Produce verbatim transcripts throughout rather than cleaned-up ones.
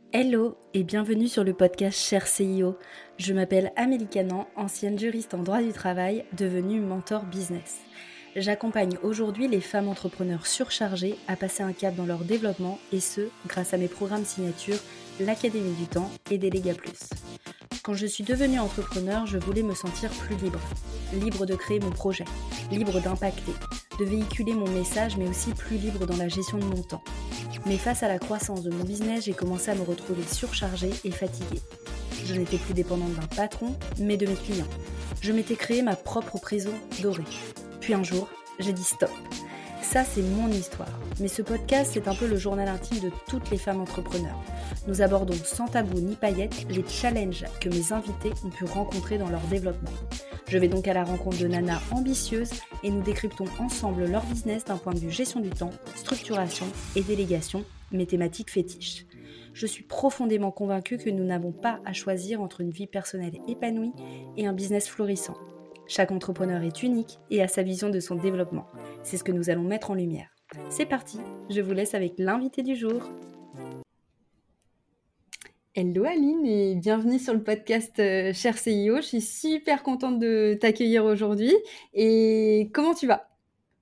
Hello et bienvenue sur le podcast Cher C E O. Je m'appelle Amélie Canan, ancienne juriste en droit du travail, devenue mentor business. J'accompagne aujourd'hui les femmes entrepreneurs surchargées à passer un cap dans leur développement et ce, grâce à mes programmes signature, l'Académie du Temps et Déléga Plus. Quand je suis devenue entrepreneur, je voulais me sentir plus libre. Libre de créer mon projet, libre d'impacter, de véhiculer mon message, mais aussi plus libre dans la gestion de mon temps. Mais face à la croissance de mon business, j'ai commencé à me retrouver surchargée et fatiguée. Je n'étais plus dépendante d'un patron, mais de mes clients. Je m'étais créé ma propre prison dorée. Puis un jour, j'ai dit stop. Ça, c'est mon histoire. Mais ce podcast, c'est un peu le journal intime de toutes les femmes entrepreneurs. Nous abordons sans tabou ni paillettes les challenges que mes invités ont pu rencontrer dans leur développement. Je vais donc à la rencontre de nanas ambitieuses et nous décryptons ensemble leur business d'un point de vue gestion du temps, structuration et délégation, mes thématiques fétiches. Je suis profondément convaincue que nous n'avons pas à choisir entre une vie personnelle épanouie et un business florissant. Chaque entrepreneur est unique et a sa vision de son développement. C'est ce que nous allons mettre en lumière. C'est parti, je vous laisse avec l'invité du jour. Hello Aline et bienvenue sur le podcast euh, Cher C E O. Je suis super contente de t'accueillir aujourd'hui. Et comment tu vas ?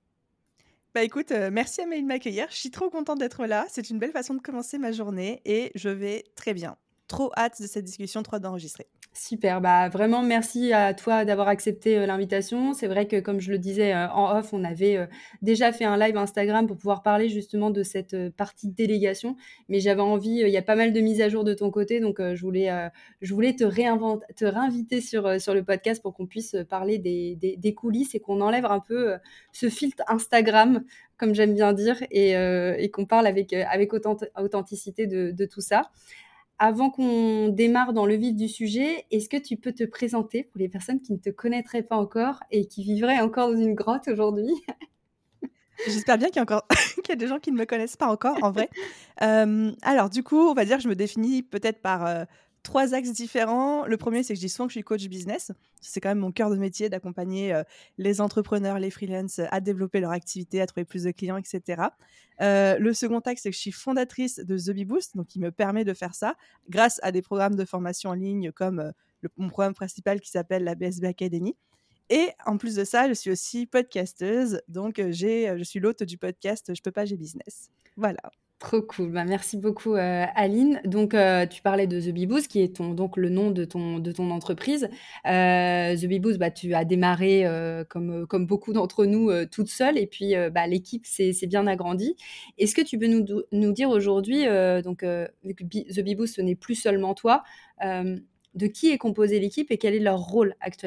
Bah écoute, euh, merci Amélie de m'accueillir. Je suis trop contente d'être là. C'est une belle façon de commencer ma journée et je vais très bien. Trop hâte de cette discussion, trop hâte d'enregistrer. Super, bah vraiment merci à toi d'avoir accepté euh, l'invitation. C'est vrai que comme je le disais euh, en off, on avait euh, déjà fait un live Instagram pour pouvoir parler justement de cette euh, partie de délégation, mais j'avais envie, euh, il y a pas mal de mises à jour de ton côté, donc euh, je voulais, euh, je voulais te, réinventer, te réinviter sur, euh, sur le podcast pour qu'on puisse parler des, des, des coulisses et qu'on enlève un peu euh, ce filtre Instagram, comme j'aime bien dire, et, euh, et qu'on parle avec, euh, avec authentic- authenticité de, de tout ça. Avant qu'on démarre dans le vif du sujet, est-ce que tu peux te présenter pour les personnes qui ne te connaîtraient pas encore et qui vivraient encore dans une grotte aujourd'hui ? J'espère bien qu'il y a encore qu'il y a des gens qui ne me connaissent pas encore, en vrai. Euh, alors du coup, on va dire que je me définis peut-être par euh, trois axes différents. Le premier, c'est que je dis souvent que je suis coach business. C'est quand même mon cœur de métier d'accompagner euh, les entrepreneurs, les freelances à développer leur activité, à trouver plus de clients, et cetera. Euh, le second axe, c'est que je suis fondatrice de The Bee Boost, donc qui me permet de faire ça grâce à des programmes de formation en ligne comme euh, le, mon programme principal qui s'appelle la B S B Academy. Et en plus de ça, je suis aussi podcasteuse, donc euh, j'ai, euh, je suis l'hôte du podcast Je peux pas, j'ai business. Voilà. Trop cool, bah, merci beaucoup euh, Aline. Donc euh, tu parlais de The Bee Boost, qui est ton, donc le nom de ton, de ton entreprise. Euh, The Bee Boost, bah, tu as démarré euh, comme, comme beaucoup d'entre nous euh, toute seule et puis euh, bah, l'équipe s'est, s'est bien agrandie. Est-ce que tu peux nous, nous dire aujourd'hui, euh, donc euh, vu que The Bee Boost ce n'est plus seulement toi, euh, de qui est composée l'équipe et quel est leur rôle actuellement ?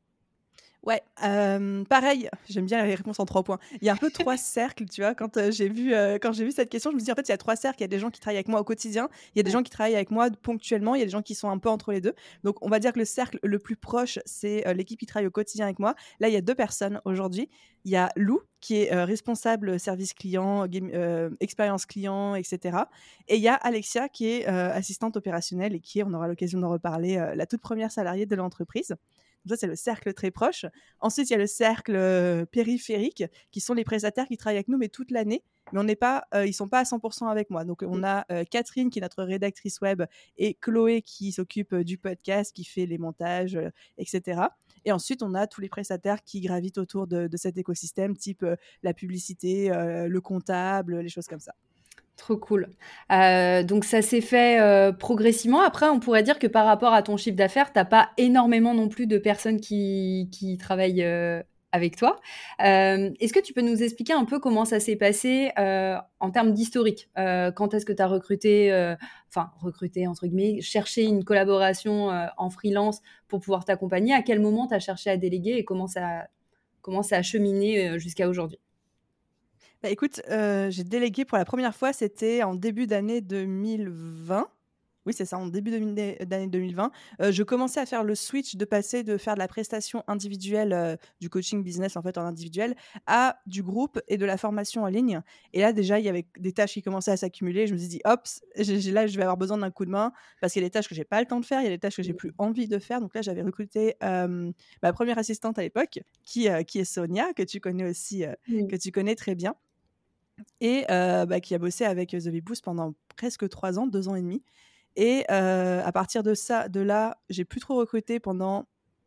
Ouais, euh, pareil, j'aime bien les réponses en trois points. Il y a un peu trois cercles, tu vois. Quand euh, j'ai vu, euh, quand j'ai vu cette question, je me suis dit en fait, il y a trois cercles. Il y a des gens qui travaillent avec moi au quotidien, il y a des gens qui travaillent avec moi ponctuellement, il y a des gens qui sont un peu entre les deux. Donc, on va dire que le cercle le plus proche, c'est euh, l'équipe qui travaille au quotidien avec moi. Là, il y a deux personnes aujourd'hui. Il y a Lou, qui est euh, responsable service client, game, euh, expérience client, et cetera. Et il y a Alexia, qui est euh, assistante opérationnelle et qui est, on aura l'occasion d'en reparler, euh, la toute première salariée de l'entreprise. Donc ça, c'est le cercle très proche. Ensuite, il y a le cercle euh, périphérique, qui sont les prestataires qui travaillent avec nous, mais toute l'année. Mais on n'est pas, euh, ils sont pas à cent pour cent avec moi. Donc, on a euh, Catherine, qui est notre rédactrice web, et Chloé, qui s'occupe euh, du podcast, qui fait les montages, euh, et cetera. Et ensuite, on a tous les prestataires qui gravitent autour de, de cet écosystème, type euh, la publicité, euh, le comptable, les choses comme ça. Trop cool. Euh, donc ça s'est fait euh, progressivement. Après, on pourrait dire que par rapport à ton chiffre d'affaires, t'as pas énormément non plus de personnes qui, qui travaillent euh, avec toi. Euh, est-ce que tu peux nous expliquer un peu comment ça s'est passé euh, en termes d'historique ? Euh, quand est-ce que tu as recruté, euh, enfin recruté entre guillemets, cherché une collaboration euh, en freelance pour pouvoir t'accompagner ? À quel moment tu as cherché à déléguer et comment ça, comment ça a cheminé euh, jusqu'à aujourd'hui ? Bah, écoute, euh, j'ai délégué pour la première fois, c'était en début d'année deux mille vingt. Oui, c'est ça, en début de- d'année deux mille vingt. Euh, je commençais à faire le switch de passer de faire de la prestation individuelle, euh, du coaching business en fait en individuel, à du groupe et de la formation en ligne. Et là, déjà, il y avait des tâches qui commençaient à s'accumuler. Je me suis dit, hop, j'ai, j'ai- là, je vais avoir besoin d'un coup de main parce qu'il y a des tâches que j'ai pas le temps de faire, il y a des tâches que j'ai plus envie de faire. Donc là, j'avais recruté euh, ma première assistante à l'époque, qui, euh, qui est Sonia, que tu connais aussi, euh, Oui. que tu connais très bien et euh, bah, qui a bossé avec The Bee Boost pendant presque trois ans, deux ans et demi. Et euh, à partir de ça, de là, j'ai plus trop recruté pendant,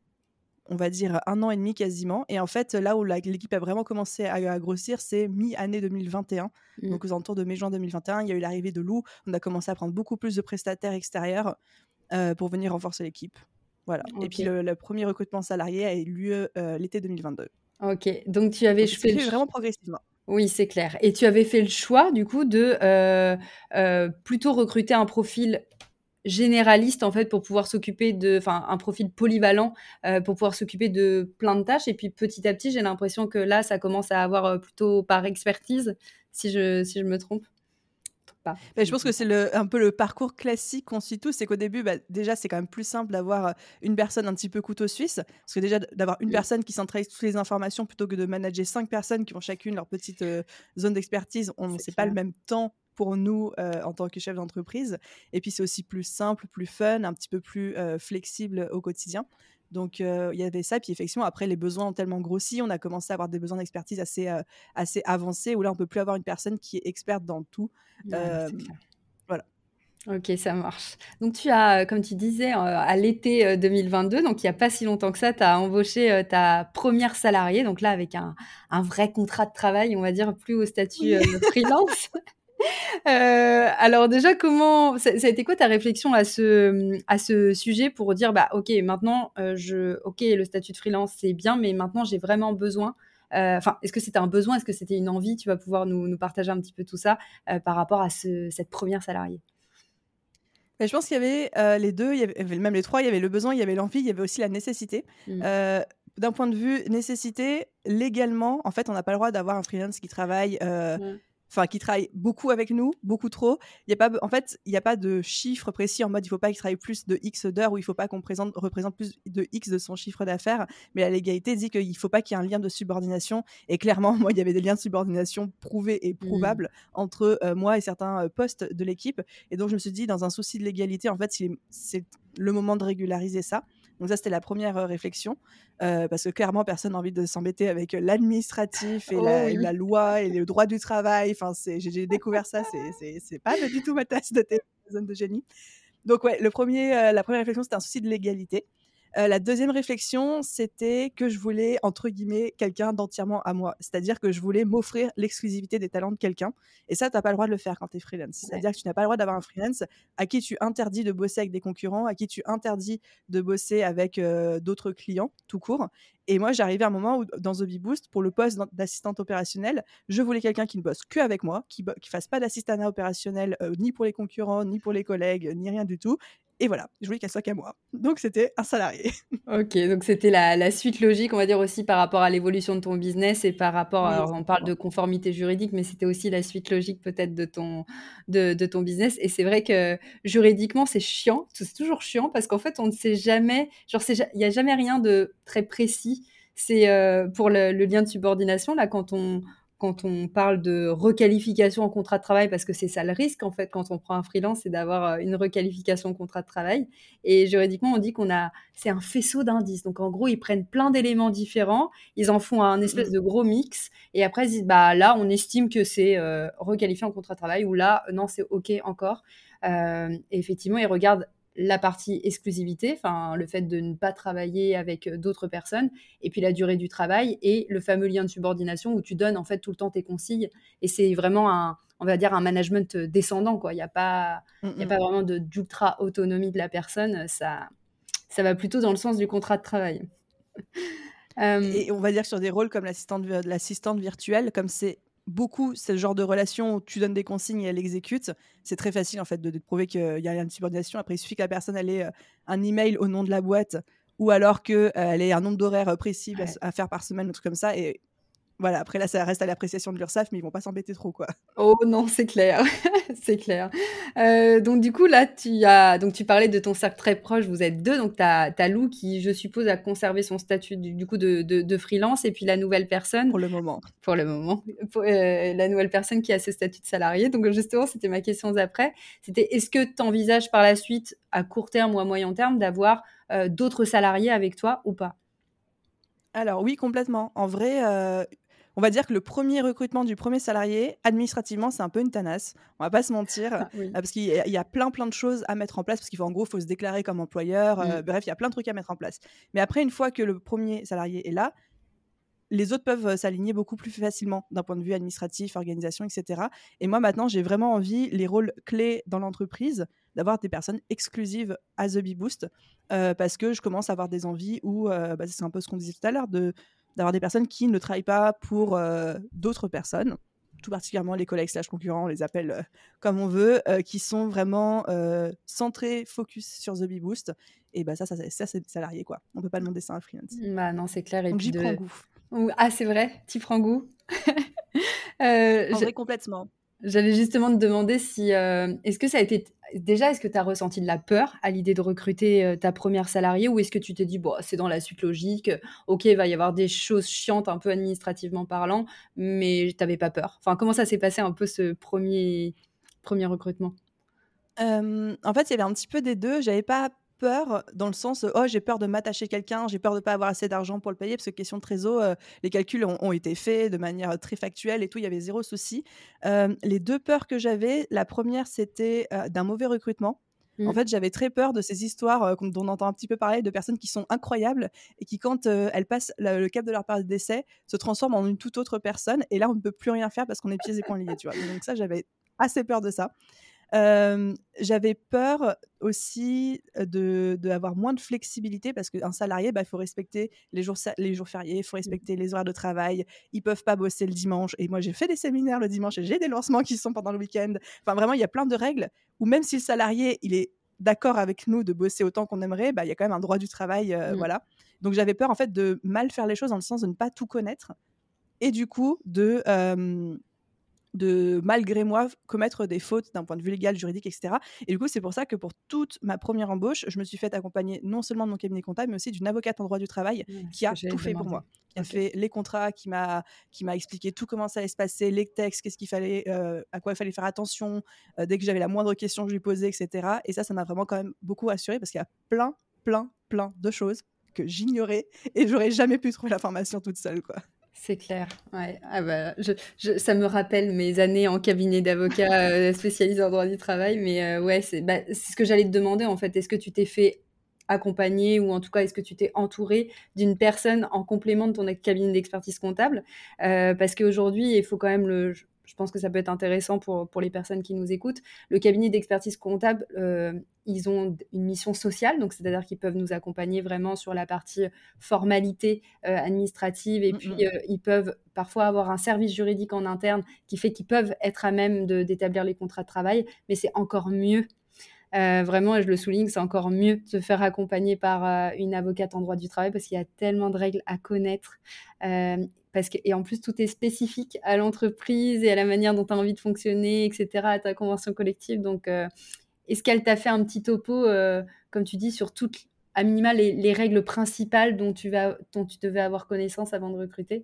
on va dire, un an et demi quasiment. Et en fait, là où la- l'équipe a vraiment commencé à, à grossir, c'est mi-année deux mille vingt et un. Mm. Donc aux alentours de mai-juin deux mille vingt et un, il y a eu l'arrivée de Lou. On a commencé à prendre beaucoup plus de prestataires extérieurs euh, pour venir renforcer l'équipe. Voilà. Et Ok. puis le, le premier recrutement salarié a eu lieu euh, l'été deux mille vingt-deux. Ok, donc tu avais Donc c'est fait le fait ch- vraiment progressivement. Oui, c'est clair. Et tu avais fait le choix, du coup, de euh, euh, plutôt recruter un profil généraliste, en fait, pour pouvoir s'occuper de... Enfin, un profil polyvalent euh, pour pouvoir s'occuper de plein de tâches. Et puis, petit à petit, j'ai l'impression que là, ça commence à avoir euh, plutôt par expertise, si je, si je me trompe pas. Mais je pense que c'est le, un peu le parcours classique qu'on suit tous. C'est qu'au début, bah, déjà, c'est quand même plus simple d'avoir euh, une personne un petit peu couteau suisse. Parce que déjà, d- d'avoir une Mm. personne qui centralise toutes les informations plutôt que de manager cinq personnes qui ont chacune leur petite euh, zone d'expertise, on C'est sait pas le clair. même temps pour nous euh, en tant que chef d'entreprise. Et puis, c'est aussi plus simple, plus fun, un petit peu plus euh, flexible au quotidien. Donc, euh, il y avait ça. Puis, effectivement, après, les besoins ont tellement grossi. On a commencé à avoir des besoins d'expertise assez, euh, assez avancés où là, on peut plus avoir une personne qui est experte dans tout. Ouais, Euh, c'est clair. voilà. Ok, ça marche. Donc tu as, euh, comme tu disais, euh, à l'été euh, deux mille vingt-deux, donc il n'y a pas si longtemps que ça, tu as embauché euh, ta première salariée, donc là avec un, un vrai contrat de travail, on va dire, plus au statut Oui. euh, freelance. Euh, alors déjà, comment, ça, ça a été quoi ta réflexion à ce, à ce sujet pour dire, bah ok, maintenant, euh, je, ok, le statut de freelance, c'est bien, mais maintenant j'ai vraiment besoin. euh, Enfin, est-ce que c'était un besoin, est-ce que c'était une envie? Tu vas pouvoir nous, nous partager un petit peu tout ça euh, par rapport à ce, cette première salariée. Mais je pense qu'il y avait euh, les deux, il y avait, même les trois, il y avait le besoin, il y avait l'envie, il y avait aussi la nécessité. Mm. Euh, d'un point de vue nécessité, légalement, en fait, on n'a pas le droit d'avoir un freelance qui travaille, euh, Ouais. enfin, qui travaille beaucoup avec nous, beaucoup trop. Il y a pas, en fait, il n'y a pas de chiffre précis en mode il ne faut pas qu'il travaille plus de X d'heures ou il ne faut pas qu'on présente, représente plus de X de son chiffre d'affaires. Mais la légalité dit qu'il ne faut pas qu'il y ait un lien de subordination. Et clairement, moi, il y avait des liens de subordination prouvés et Mm. prouvables entre euh, moi et certains euh, postes de l'équipe. Et donc, je me suis dit, dans un souci de légalité, en fait, c'est le moment de régulariser ça. Donc ça, c'était la première euh, réflexion, euh, parce que clairement, personne n'a envie de s'embêter avec l'administratif et Oh la, la oui. loi et le droit du travail. Enfin, c'est, j'ai, j'ai découvert ça, c'est, c'est, c'est pas du tout ma tasse de thé, ma zone de génie. Donc ouais, le premier, euh, la première réflexion, c'était un souci de légalité. Euh, la deuxième réflexion, c'était que je voulais, entre guillemets, quelqu'un d'entièrement à moi. C'est-à-dire que je voulais m'offrir l'exclusivité des talents de quelqu'un. Et ça, tu n'as pas le droit de le faire quand tu es freelance. Ouais. C'est-à-dire que tu n'as pas le droit d'avoir un freelance à qui tu interdis de bosser avec des concurrents, à qui tu interdis de bosser avec euh, d'autres clients, tout court. Et moi, j'arrivais à un moment où, dans The Bee Boost, pour le poste d'assistante opérationnelle, je voulais quelqu'un qui ne bosse que avec moi, qui ne fasse pas d'assistanat opérationnel, euh, ni pour les concurrents, ni pour les collègues, ni rien du tout. Et voilà, je voulais qu'elle soit qu'à moi. Donc, c'était un salarié. Ok, donc c'était la, la suite logique, on va dire aussi par rapport à l'évolution de ton business et par rapport, Oui, alors on parle de exactement. conformité juridique, mais c'était aussi la suite logique peut-être de ton, de, de ton business. Et c'est vrai que juridiquement, c'est chiant, c'est toujours chiant parce qu'en fait, on ne sait jamais, genre, c'est ja- il n'y a jamais rien de très précis. C'est euh, pour le, le lien de subordination, là, quand on, quand on parle de requalification en contrat de travail, parce que c'est ça le risque, en fait, quand on prend un freelance, c'est d'avoir euh, une requalification en contrat de travail. Et juridiquement, on dit qu'on a, c'est un faisceau d'indices. Donc, en gros, ils prennent plein d'éléments différents, ils en font un espèce Mm-mm. de gros mix, et après, ils disent, bah là, on estime que c'est euh, requalifié en contrat de travail, ou là, non, c'est OK encore. Euh, et effectivement, ils regardent la partie exclusivité, enfin le fait de ne pas travailler avec d'autres personnes, et puis la durée du travail et le fameux lien de subordination où tu donnes en fait tout le temps tes consignes, et c'est vraiment un, on va dire un management descendant, quoi. Il n'y a pas, il y a Mm-mm. pas vraiment de d'ultra autonomie de la personne, ça, ça va plutôt dans le sens du contrat de travail. Euh, Et on va dire que sur des rôles comme l'assistante, vi- l'assistante virtuelle, comme c'est beaucoup ce genre de relation où tu donnes des consignes et elle exécute, c'est très facile en fait de, de prouver qu'il y a rien de subordination. Après, il suffit que la personne elle ait euh, un email au nom de la boîte ou alors qu'elle euh, ait un nombre d'horaires euh, précis à, ouais. à faire par semaine, un truc comme ça. Et voilà, après là, ça reste à l'appréciation de l'URSSAF, mais ils vont pas s'embêter trop, quoi. Oh non, c'est clair, c'est clair. Euh, donc du coup là, tu as, donc tu parlais de ton cercle très proche. Vous êtes deux, donc t'as, t'as Lou qui, je suppose, a conservé son statut du, du coup de, de, de freelance, et puis la nouvelle personne, Pour le moment. pour le moment, pour, euh, la nouvelle personne qui a ce statut de salarié. Donc justement, c'était ma question d'après. C'était, est-ce que tu envisages par la suite, à court terme ou à moyen terme, d'avoir euh, d'autres salariés avec toi ou pas? Alors oui, complètement. En vrai, euh, on va dire que le premier recrutement du premier salarié, administrativement, c'est un peu une tanasse. On va pas se mentir, Ah euh, oui. parce qu'il y a, il y a plein plein de choses à mettre en place, parce qu'il faut en gros, faut se déclarer comme employeur. euh, Mmh. bref, il y a plein de trucs à mettre en place. Mais après, une fois que le premier salarié est là, les autres peuvent euh, s'aligner beaucoup plus facilement d'un point de vue administratif, organisation, et cetera. Et moi, maintenant, j'ai vraiment envie, les rôles clés dans l'entreprise, d'avoir des personnes exclusives à The Bee Boost, euh, parce que je commence à avoir des envies où, euh, bah, c'est un peu ce qu'on disait tout à l'heure, de, d'avoir des personnes qui ne travaillent pas pour euh, d'autres personnes, tout particulièrement les collègues slash concurrents, on les appelle euh, comme on veut, euh, qui sont vraiment euh, centrés, focus sur The Bee Boost. Et bah, ça, ça, ça, c'est salarié, quoi. On peut pas demander ça à un freelance. Bah non, c'est clair. Et Donc puis j'y prends de. goût. Ou- Ah, c'est vrai, tu prends goût. Euh, En je- vrai, complètement. J'allais justement te demander si, euh, est-ce que ça a été, déjà, est-ce que tu as ressenti de la peur à l'idée de recruter euh, ta première salariée ou est-ce que tu t'es dit, bon, c'est dans la suite logique, ok, il va y avoir des choses chiantes un peu administrativement parlant, mais t'avais pas peur. Enfin, comment ça s'est passé un peu ce premier, premier recrutement? Hem, en fait, il y avait un petit peu des deux. J'avais pas peur dans le sens, heu: «Oh, j'ai peur de m'attacher quelqu'un, j'ai peur de pas avoir assez d'argent pour le payer», parce que question de trésor, heu, les calculs ont ont été faits de manière, heu, très factuelle et tout, il y avait zéro souci. Hem, les deux peurs que j'avais, la première c'était, heu, d'un mauvais recrutement. En Mm. fait, j'avais très peur de ces histoires, heu, qu'on dont on entend un petit peu parler, de personnes qui sont incroyables et qui quand, heu, elles passent le le cap de leur période d'essai, se transforment en une toute autre personne et là, on ne peut plus rien faire parce qu'on est pieds et poings liés, tu vois? Donc ça, j'avais assez peur de ça. Hem, j'avais peur aussi, heu, de d'avoir moins de flexibilité parce qu'un salarié, bah, il faut respecter les jours sa les jours fériés, il faut respecter les horaires de travail. Ils peuvent pas bosser le dimanche et moi, j'ai fait des séminaires le dimanche et j'ai des lancements qui sont pendant le week-end. Enfin, vraiment, il y a plein de règles où même si le salarié, il est d'accord avec nous de bosser autant qu'on aimerait, bah, il y a quand même un droit du travail, heu, Mm. voilà. Donc j'avais peur, en fait, de mal faire les choses dans le sens de ne pas tout connaître et du coup de, hem de malgré moi commettre des fautes d'un point de vue légal, juridique, et cetera. Et du coup, c'est pour ça que pour toute ma première embauche, je me suis faite accompagner non seulement de mon cabinet comptable, mais aussi d'une avocate en droit du travail Ouais, c'est qui ce que a j'allais tout te fait pour demander. moi, qui a Ok. fait les contrats, qui m'a qui m'a expliqué tout comment ça allait se passer, les textes, qu'est-ce qu'il fallait, euh, à quoi il fallait faire attention, euh, dès que j'avais la moindre question, je lui posais, et cetera. Et ça, ça m'a vraiment quand même beaucoup rassurée parce qu'il y a plein, plein, plein de choses que j'ignorais et j'aurais jamais pu trouver l'information toute seule, quoi. C'est clair, ouais. Ah bah, je, je- ça me rappelle mes années en cabinet d'avocat euh, spécialisé en droit du travail, mais euh, ouais, c'est bah, c'est ce que j'allais te demander en fait. Est-ce que tu t'es fait accompagner ou en tout cas est-ce que tu t'es entouré d'une personne en complément de ton ex- cabinet d'expertise comptable? Euh, parce qu'aujourd'hui, il faut quand même le. Je je pense que ça peut être intéressant pour, pour les personnes qui nous écoutent. Le cabinet d'expertise comptable, euh, ils ont une mission sociale, donc c'est-à-dire qu'ils peuvent nous accompagner vraiment sur la partie formalité euh, administrative et Mm, puis mm. euh, ils peuvent parfois avoir un service juridique en interne qui fait qu'ils peuvent être à même de- d'établir les contrats de travail, mais c'est encore mieux. Euh, vraiment, et je le souligne, c'est encore mieux de se faire accompagner par euh, une avocate en droit du travail parce qu'il y a tellement de règles à connaître. Euh, parce que, et en plus, tout est spécifique à l'entreprise et à la manière dont tu as envie de fonctionner, et cetera, à ta convention collective. Donc, euh, est-ce qu'elle t'a fait un petit topo, euh, comme tu dis, sur toutes, à minima, les, les règles principales dont tu, vas, dont tu devais avoir connaissance avant de recruter?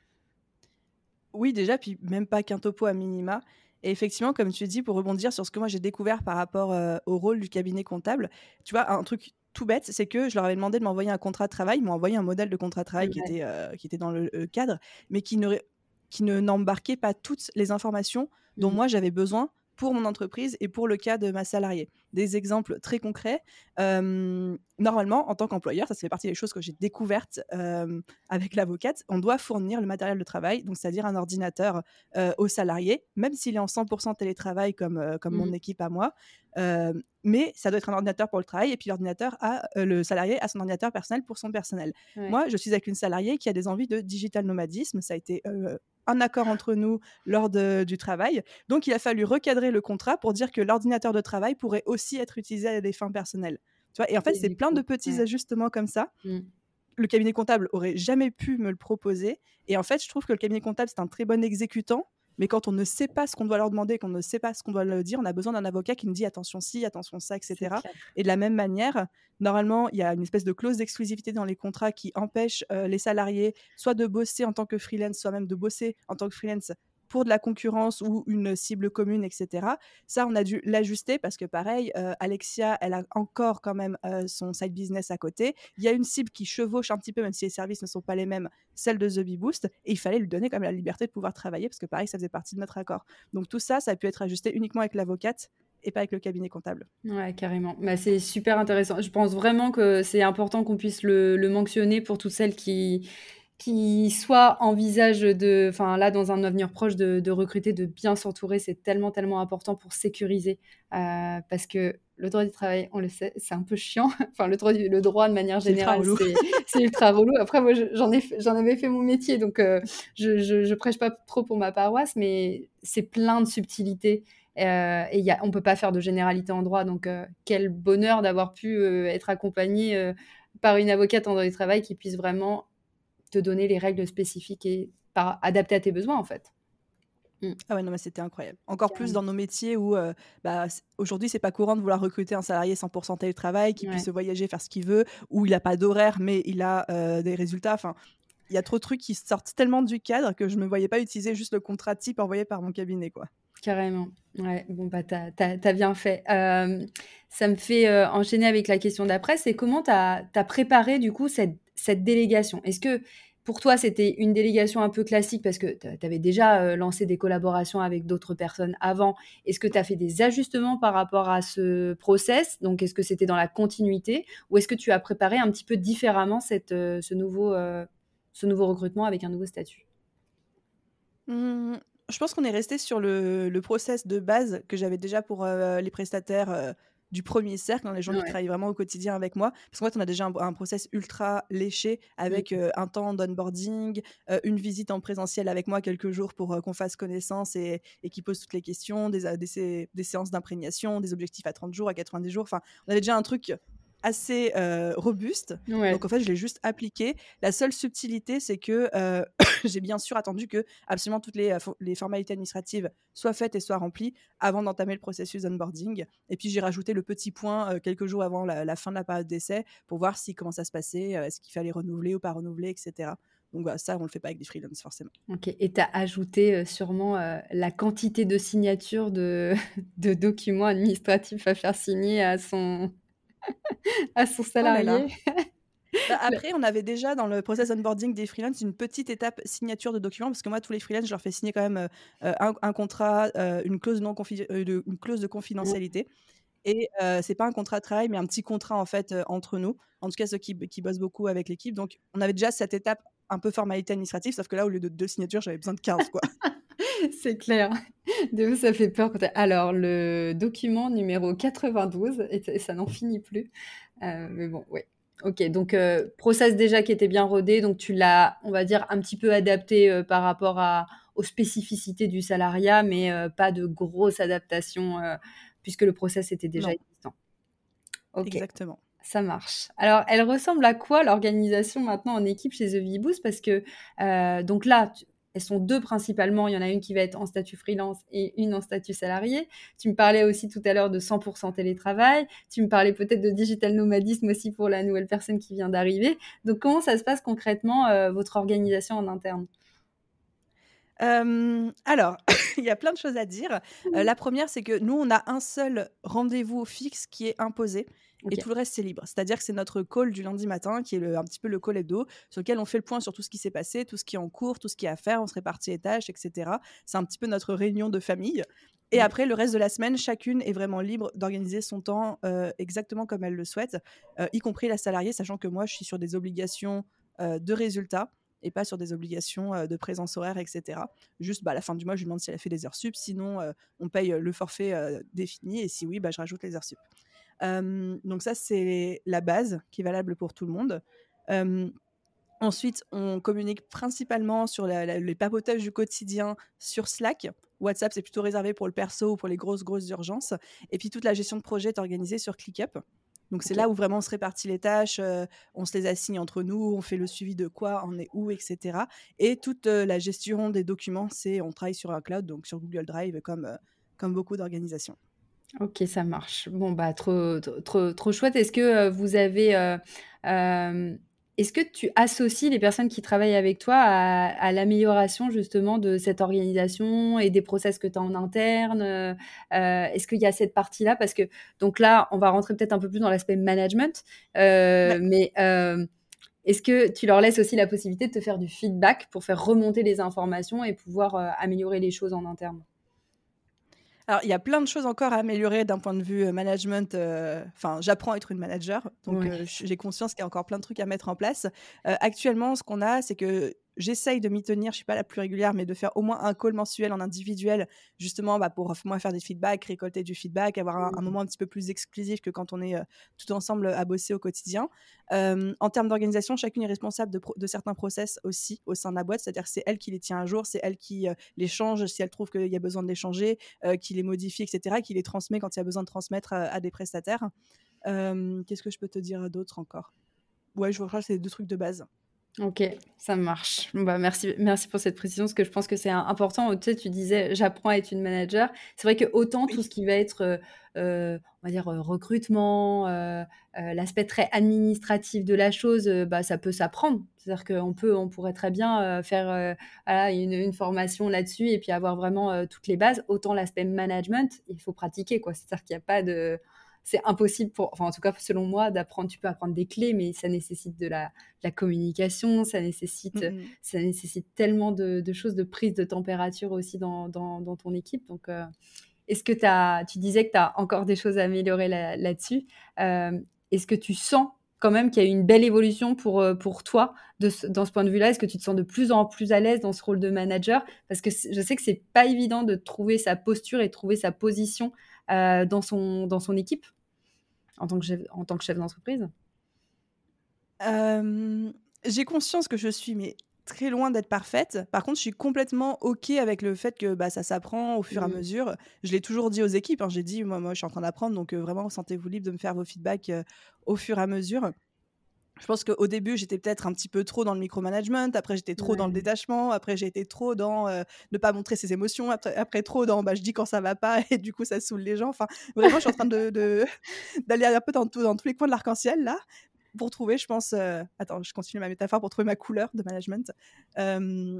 Oui, déjà, puis même pas qu'un topo à minima. Et effectivement, comme tu dis, pour rebondir sur ce que moi j'ai découvert par rapport euh, au rôle du cabinet comptable, tu vois, un truc tout bête, c'est que je leur avais demandé de m'envoyer un contrat de travail, ils m'ont envoyé un modèle de contrat de travail qui Ouais. était, euh, qui était dans le euh, cadre, mais qui ne, ré- qui ne n'embarquait pas toutes les informations dont Mm. moi j'avais besoin pour mon entreprise et pour le cas de ma salariée. Des exemples très concrets. Euh, normalement, en tant qu'employeur, ça, ça fait partie des choses que j'ai découvertes euh, avec l'avocate, on doit fournir le matériel de travail, donc c'est-à-dire un ordinateur euh, aux salariés, même s'il est en cent pour cent télétravail comme, euh, comme mon Mm. équipe à moi. Euh, mais ça doit être un ordinateur pour le travail et puis l'ordinateur a, euh, le salarié a son ordinateur personnel pour son personnel. Ouais. Moi, je suis avec une salariée qui a des envies de digital nomadisme. Ça a été euh, un accord entre nous lors de, du travail. Donc, il a fallu recadrer le contrat pour dire que l'ordinateur de travail pourrait aussi être utilisé à des fins personnelles. Tu vois, et en fait, Et c'est du plein coup, de petits ouais. ajustements comme ça. Mm. Le cabinet comptable aurait jamais pu me le proposer. Et en fait, je trouve que le cabinet comptable, c'est un très bon exécutant. Mais quand on ne sait pas ce qu'on doit leur demander, qu'on ne sait pas ce qu'on doit leur dire, on a besoin d'un avocat qui nous dit attention ci, attention ça, C'est et cetera. clair. Et de la même manière, normalement, il y a une espèce de clause d'exclusivité dans les contrats qui empêche euh, les salariés soit de bosser en tant que freelance, soit même de bosser en tant que freelance pour de la concurrence ou une cible commune, et cetera. Ça, on a dû l'ajuster parce que pareil, heu, Alexia, elle a encore quand même, heu, son side business à côté. Il y a une cible qui chevauche un petit peu, même si les services ne sont pas les mêmes, celle de The Bee Boost, et il fallait lui donner quand même la liberté de pouvoir travailler parce que pareil, ça faisait partie de notre accord. Donc tout ça, ça a pu être ajusté uniquement avec l'avocate et pas avec le cabinet comptable. Ouais, carrément. Bah, c'est super intéressant. Je pense vraiment que c'est important qu'on puisse le, le mentionner pour toutes celles qui, qui soit envisagent de, enfin là, dans un avenir proche, de, de recruter, de bien s'entourer. C'est tellement, tellement important pour sécuriser. Euh, parce que le droit du travail, on le sait, c'est un peu chiant. Enfin, le droit, du- le droit de manière C'est ultra générale, relou. c'est, c'est ultra relou. Après, moi, je- j'en ai, fait- j'en avais fait mon métier, donc euh, je, je, je prêche pas trop pour ma paroisse, mais c'est plein de subtilités. Euh, et y a, on peut pas faire de généralité en droit, donc euh, quel bonheur d'avoir pu euh, être accompagné euh, par une avocate en droit du travail qui puisse vraiment te donner les règles spécifiques et par, adaptées à tes besoins en fait. Mm. Ah ouais, non, mais c'était incroyable. Encore plus Carrément. dans nos métiers où, heu, bah, c aujourd'hui, c'est pas courant de vouloir recruter un salarié cent télétravail, qui Ouais, puisse voyager, faire ce qu'il veut, où il a pas d'horaire, mais il a, heu, des résultats. Enfin, il y a trop de trucs qui sortent tellement du cadre que je me voyais pas utiliser juste le contrat type envoyé par mon cabinet, quoi. carrément. Ouais, bon bah t'as, t'as, t'as bien fait. Euh, ça me fait euh, enchaîner avec la question d'après, c'est comment t'as, t'as préparé du coup cette, cette délégation? Est-ce que pour toi c'était une délégation un peu classique parce que tu avais déjà euh, lancé des collaborations avec d'autres personnes avant? Est-ce que tu as fait des ajustements par rapport à ce process? Donc est-ce que c'était dans la continuité ou est-ce que tu as préparé un petit peu différemment cette, euh, ce, nouveau, euh, ce nouveau recrutement avec un nouveau statut? Mmh, je pense qu'on est resté sur le le process de base que j'avais déjà pour, heu, les prestataires, heu, du premier cercle, hein, les gens qui Ouais. travaillent vraiment au quotidien avec moi. Parce qu'en fait, on a déjà un un process ultra léché avec, Mm. heu, un temps d'onboarding, heu, une visite en présentiel avec moi quelques jours pour, heu, qu'on fasse connaissance et et qu'ils posent toutes les questions, des a des sé des séances d'imprégnation, des objectifs à trente jours, à quatre-vingt-dix jours. Enfin, on avait déjà un truc assez, heu, robuste. Ouais. Donc en fait, je l'ai juste appliqué. La seule subtilité, c'est que, heu, j'ai bien sûr attendu que absolument toutes les, euh, fo- les formalités administratives soient faites et soient remplies avant d'entamer le processus d'onboarding. Et puis j'ai rajouté le petit point euh, quelques jours avant la, la fin de la période d'essai pour voir si comment ça se passait, euh, est-ce qu'il fallait renouveler ou pas renouveler, et cetera. Donc voilà, ça, on le fait pas avec des freelances forcément. Ok. Et tu as ajouté euh, sûrement euh, la quantité de signatures de, de documents administratifs à faire signer à son, à son Oh là là. salarié. Bah, Ouais. après, on avait déjà dans le process onboarding des freelances une petite étape signature de documents parce que moi, tous les freelances, je leur fais signer quand même euh, euh, un, un contrat, euh, une, clause non confi- euh, de, une clause de confidentialité. Et heu, c'est pas un contrat de travail, mais un petit contrat en fait, heu, entre nous. En tout cas, ceux qui qui bossent beaucoup avec l'équipe. Donc on avait déjà cette étape un peu formalité administrative, sauf que là, au lieu de deux signatures, j'avais besoin de quinze quoi. C'est clair. De vous, ça fait peur. Quand t'as- Alors, le document numéro quatre-vingt-douze, et ça, ça n'en finit plus. Euh, mais bon, ouais. Ok, donc euh, process déjà qui était bien rodé, donc tu l'as, on va dire, un petit peu adapté euh, par rapport à, aux spécificités du salariat, mais euh, pas de grosse adaptation euh, puisque le process était déjà Non, existant. Ok, exactement. ça marche. Alors, elle ressemble à quoi l'organisation maintenant en équipe chez The Viboost? Parce que, euh, donc là, tu- elles sont deux principalement. Il y en a une qui va être en statut freelance et une en statut salarié. Tu me parlais aussi tout à l'heure de cent pour cent télétravail. Tu me parlais peut-être de digital nomadisme aussi pour la nouvelle personne qui vient d'arriver. Donc, comment ça se passe concrètement, euh, votre organisation en interne? Hem, alors, il y a plein de choses à dire. Heu, la première, c'est que nous, on a un seul rendez-vous fixe qui est imposé et Ok. tout le reste, c'est libre. C'est-à-dire que c'est notre call du lundi matin qui est le un petit peu le call hebdo, sur lequel on fait le point sur tout ce qui s'est passé, tout ce qui est en cours, tout ce qu'il y a à faire, on se répartit les tâches et cetera. C'est un petit peu notre réunion de famille et Ouais. après le reste de la semaine, chacune est vraiment libre d'organiser son temps, heu, exactement comme elle le souhaite, heu, y compris la salariée, sachant que moi, je suis sur des obligations, heu, de résultats et pas sur des obligations, heu, de présence horaire et cetera. Juste, bah, à la fin du mois, je lui demande si elle a fait des heures sup. Sinon, euh, on paye le forfait euh, défini. Et si oui, bah, je rajoute les heures sup. Euh, donc ça, c'est la base qui est valable pour tout le monde. Euh, Ensuite, on communique principalement sur la- la- les papotages du quotidien sur Slack. WhatsApp, c'est plutôt réservé pour le perso ou pour les grosses, grosses urgences. Et puis, toute la gestion de projet est organisée sur ClickUp. Donc, c'est Ok. là où vraiment on se répartit les tâches, euh, on se les assigne entre nous, on fait le suivi de quoi, on est où, et cetera. Et toute euh, la gestion des documents, c'est on travaille sur un cloud, donc sur Google Drive, comme, euh, comme beaucoup d'organisations. Ok, ça marche. Bon, bah, trop, trop, trop, trop chouette. Est-ce que euh, vous avez euh, euh, est-ce que tu associes les personnes qui travaillent avec toi à, à l'amélioration justement de cette organisation et des process que tu as en interne? Euh, Est-ce qu'il y a cette partie-là? Parce que donc là, on va rentrer peut-être un peu plus dans l'aspect management, euh, Ouais. mais euh, est-ce que tu leur laisses aussi la possibilité de te faire du feedback pour faire remonter les informations et pouvoir euh, améliorer les choses en interne? Alors, il y a plein de choses encore à améliorer d'un point de vue, heu, management, heu, enfin, j'apprends à être une manager, donc Ouais. heu, j j'ai conscience qu'il y a encore plein de trucs à mettre en place. Heu, actuellement, ce qu'on a, c'est que j'essaye de m'y tenir, je suis pas la plus régulière, mais de faire au moins un call mensuel en individuel, justement, bah, pour f moi faire des feedbacks, récolter du feedback, avoir un un Mmh. moment un petit peu plus exclusif que quand on est, heu, tout ensemble, à bosser au quotidien. Hem, en termes d'organisation, chacune est responsable de pro de certains process aussi au sein de la boîte, c'est-à-dire que c'est elle qui les tient à jour, c'est elle qui, heu, les change si elle trouve qu'il y a besoin de les changer, heu, qui les modifie et cetera, qui les transmet quand il y a besoin de transmettre, heu, à des prestataires. Hem, qu'est-ce que je peux te dire d'autre encore? Ouais, je crois que c'est les deux trucs de base. OK, ça marche. Bon, bah, merci merci pour cette précision, parce que je pense que c'est im important. Tu sais, tu disais: «J'apprends à être une manager». C'est vrai que autant tout Oui. ce qui va être, heu heu, on va dire, heu, recrutement, heu heu, l'aspect très administratif de la chose, heu, bah, ça peut s'apprendre. C'est-à-dire qu'on peut on pourrait très bien, heu, faire, heu, voilà, une une formation là-dessus et puis avoir vraiment, heu, toutes les bases. Autant l'aspect management, il faut pratiquer, quoi. C'est-à-dire qu'il y a pas de c'est impossible pour enfin, en tout cas, selon moi, d'apprendre. Tu peux apprendre des clés, mais ça nécessite de la la communication, ça nécessite, Mmh mh. ça nécessite tellement de, de choses, de prise de température aussi dans, dans, dans ton équipe. Donc, euh, est-ce que t'as, tu disais que tu as encore des choses à améliorer là, là-dessus. Euh, est-ce que tu sens quand même qu'il y a eu une belle évolution pour, euh, pour toi de ce, dans ce point de vue-là? Est-ce que tu te sens de plus en plus à l'aise dans ce rôle de manager? Parce que je sais que c'est pas évident de trouver sa posture et trouver sa position euh, dans, son, dans son équipe en tant que chef, en tant que chef d'entreprise. Hem, j'ai conscience que je suis mais très loin d'être parfaite. Par contre, je suis complètement OK avec le fait que, bah, ça s'apprend au fur et à Mm. mesure. Je l'ai toujours dit aux équipes, hein, j'ai dit: «Moi moi, je suis en train d'apprendre, donc heu, vraiment sentez-vous libre de me faire vos feedbacks, heu, au fur et à mesure». Je pense qu'au début, j'étais peut-être un petit peu trop dans le micromanagement, après j'étais trop dans le Ouais. détachement, après j'ai été trop dans, heu, ne pas montrer ses émotions, après après trop dans, bah, je dis quand ça va pas et du coup ça saoule les gens. Enfin, vraiment, je suis en train de de d'aller un peu dans tout dans tous les coins de l'arc-en-ciel là, pour trouver, je pense, heu attends, je continue ma métaphore, pour trouver ma couleur de management. Hem,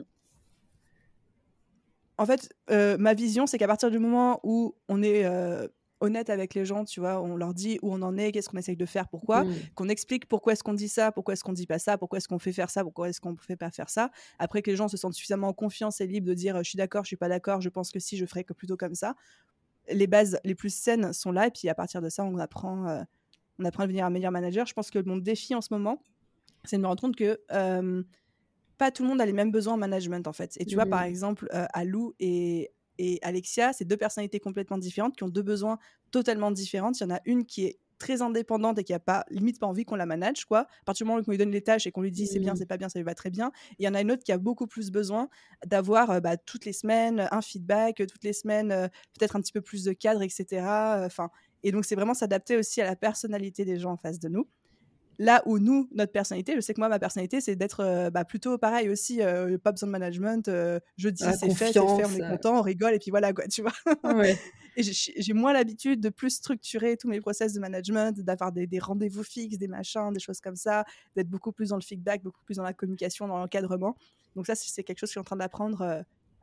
En fait, heu, ma vision, c'est qu'à partir du moment où on est, heu, honnête avec les gens, tu vois? On leur dit où on en est, qu'est-ce qu'on essaye de faire, pourquoi, Mm. qu'on explique pourquoi est-ce qu'on dit ça, pourquoi est-ce qu'on dit pas ça, pourquoi est-ce qu'on fait faire ça, pourquoi est-ce qu'on fait pas faire ça. Après que les gens se sentent suffisamment en confiance et libres de dire, heu: «Je suis d'accord, je suis pas d'accord, je pense que si, je ferais que plutôt comme ça». Les bases les plus saines sont là et puis à partir de ça, on apprend, heu, on apprend à devenir un meilleur manager. Je pense que mon défi en ce moment, c'est de me rendre compte que, hem, pas tout le monde a les mêmes besoins en management, en fait. Et tu vois, par Mm. exemple, heu, Alou et et Alexia, c'est deux personnalités complètement différentes qui ont deux besoins totalement différents. Il y en a une qui est très indépendante et qui a pas limite pas envie qu'on la manage, quoi. À partir du moment qu'on lui donne les tâches et qu'on lui dit: «C'est bien, Mm. c'est pas bien», ça lui va très bien. Et il y en a une autre qui a beaucoup plus besoin d'avoir, heu, bah, toutes les semaines, un feedback, heu, toutes les semaines, heu, peut-être un petit peu plus de cadre et cetera, enfin, et donc c'est vraiment s'adapter aussi à la personnalité des gens en face de nous. Là où nous, notre personnalité, je sais que moi, ma personnalité, c'est d'être, heu, bah, plutôt pareil aussi, heu, pas besoin de management, heu, je dis: La «C'est fait, c'est fait», on confiance, est heu, content, on rigole et puis voilà quoi, tu vois? ouais. Et j'ai j'ai j'ai moins l'habitude de plus structurer tous mes process de management, d'avoir des des rendez-vous fixes, des machins, des choses comme ça, d'être beaucoup plus dans le feedback, beaucoup plus dans la communication, dans l'encadrement. Donc ça, c'est c'est quelque chose que je suis en train d'apprendre, heu,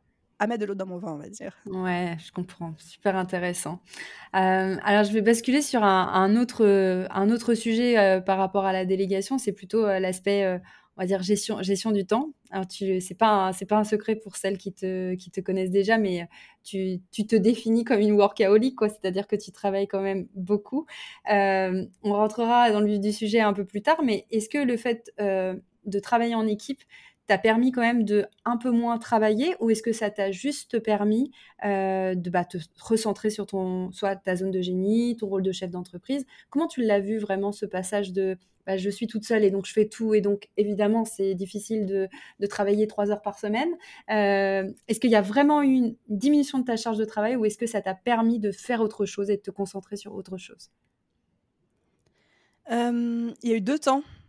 à mettre de l'eau dans mon vin, on va dire. Ouais, je comprends, super intéressant. Hem, alors je vais basculer sur un un autre, heu, un autre sujet, heu, par rapport à la délégation. C'est plutôt, heu, l'aspect, heu, on va dire gestion gestion du temps. Alors tu c'est pas un c'est pas un secret pour celles qui te qui te connaissent déjà, mais, heu, tu tu te définis comme une workaholic, quoi. C'est-à-dire que tu travailles quand même beaucoup. Hem, on rentrera dans le vif du sujet un peu plus tard, mais est-ce que le fait, heu, de travailler en équipe t'a permis quand même de un peu moins travailler, ou est-ce que ça t'a juste permis euh, de bah, te recentrer sur ton, soit ta zone de génie, ton rôle de chef d'entreprise? Comment tu l'as vu vraiment, ce passage de bah, je suis toute seule et donc je fais tout, et donc évidemment c'est difficile de, de travailler trois heures par semaine. Euh, est-ce qu'il y a vraiment eu une diminution de ta charge de travail, ou est-ce que ça t'a permis de faire autre chose et de te concentrer sur autre chose? Hem, il y a eu deux temps.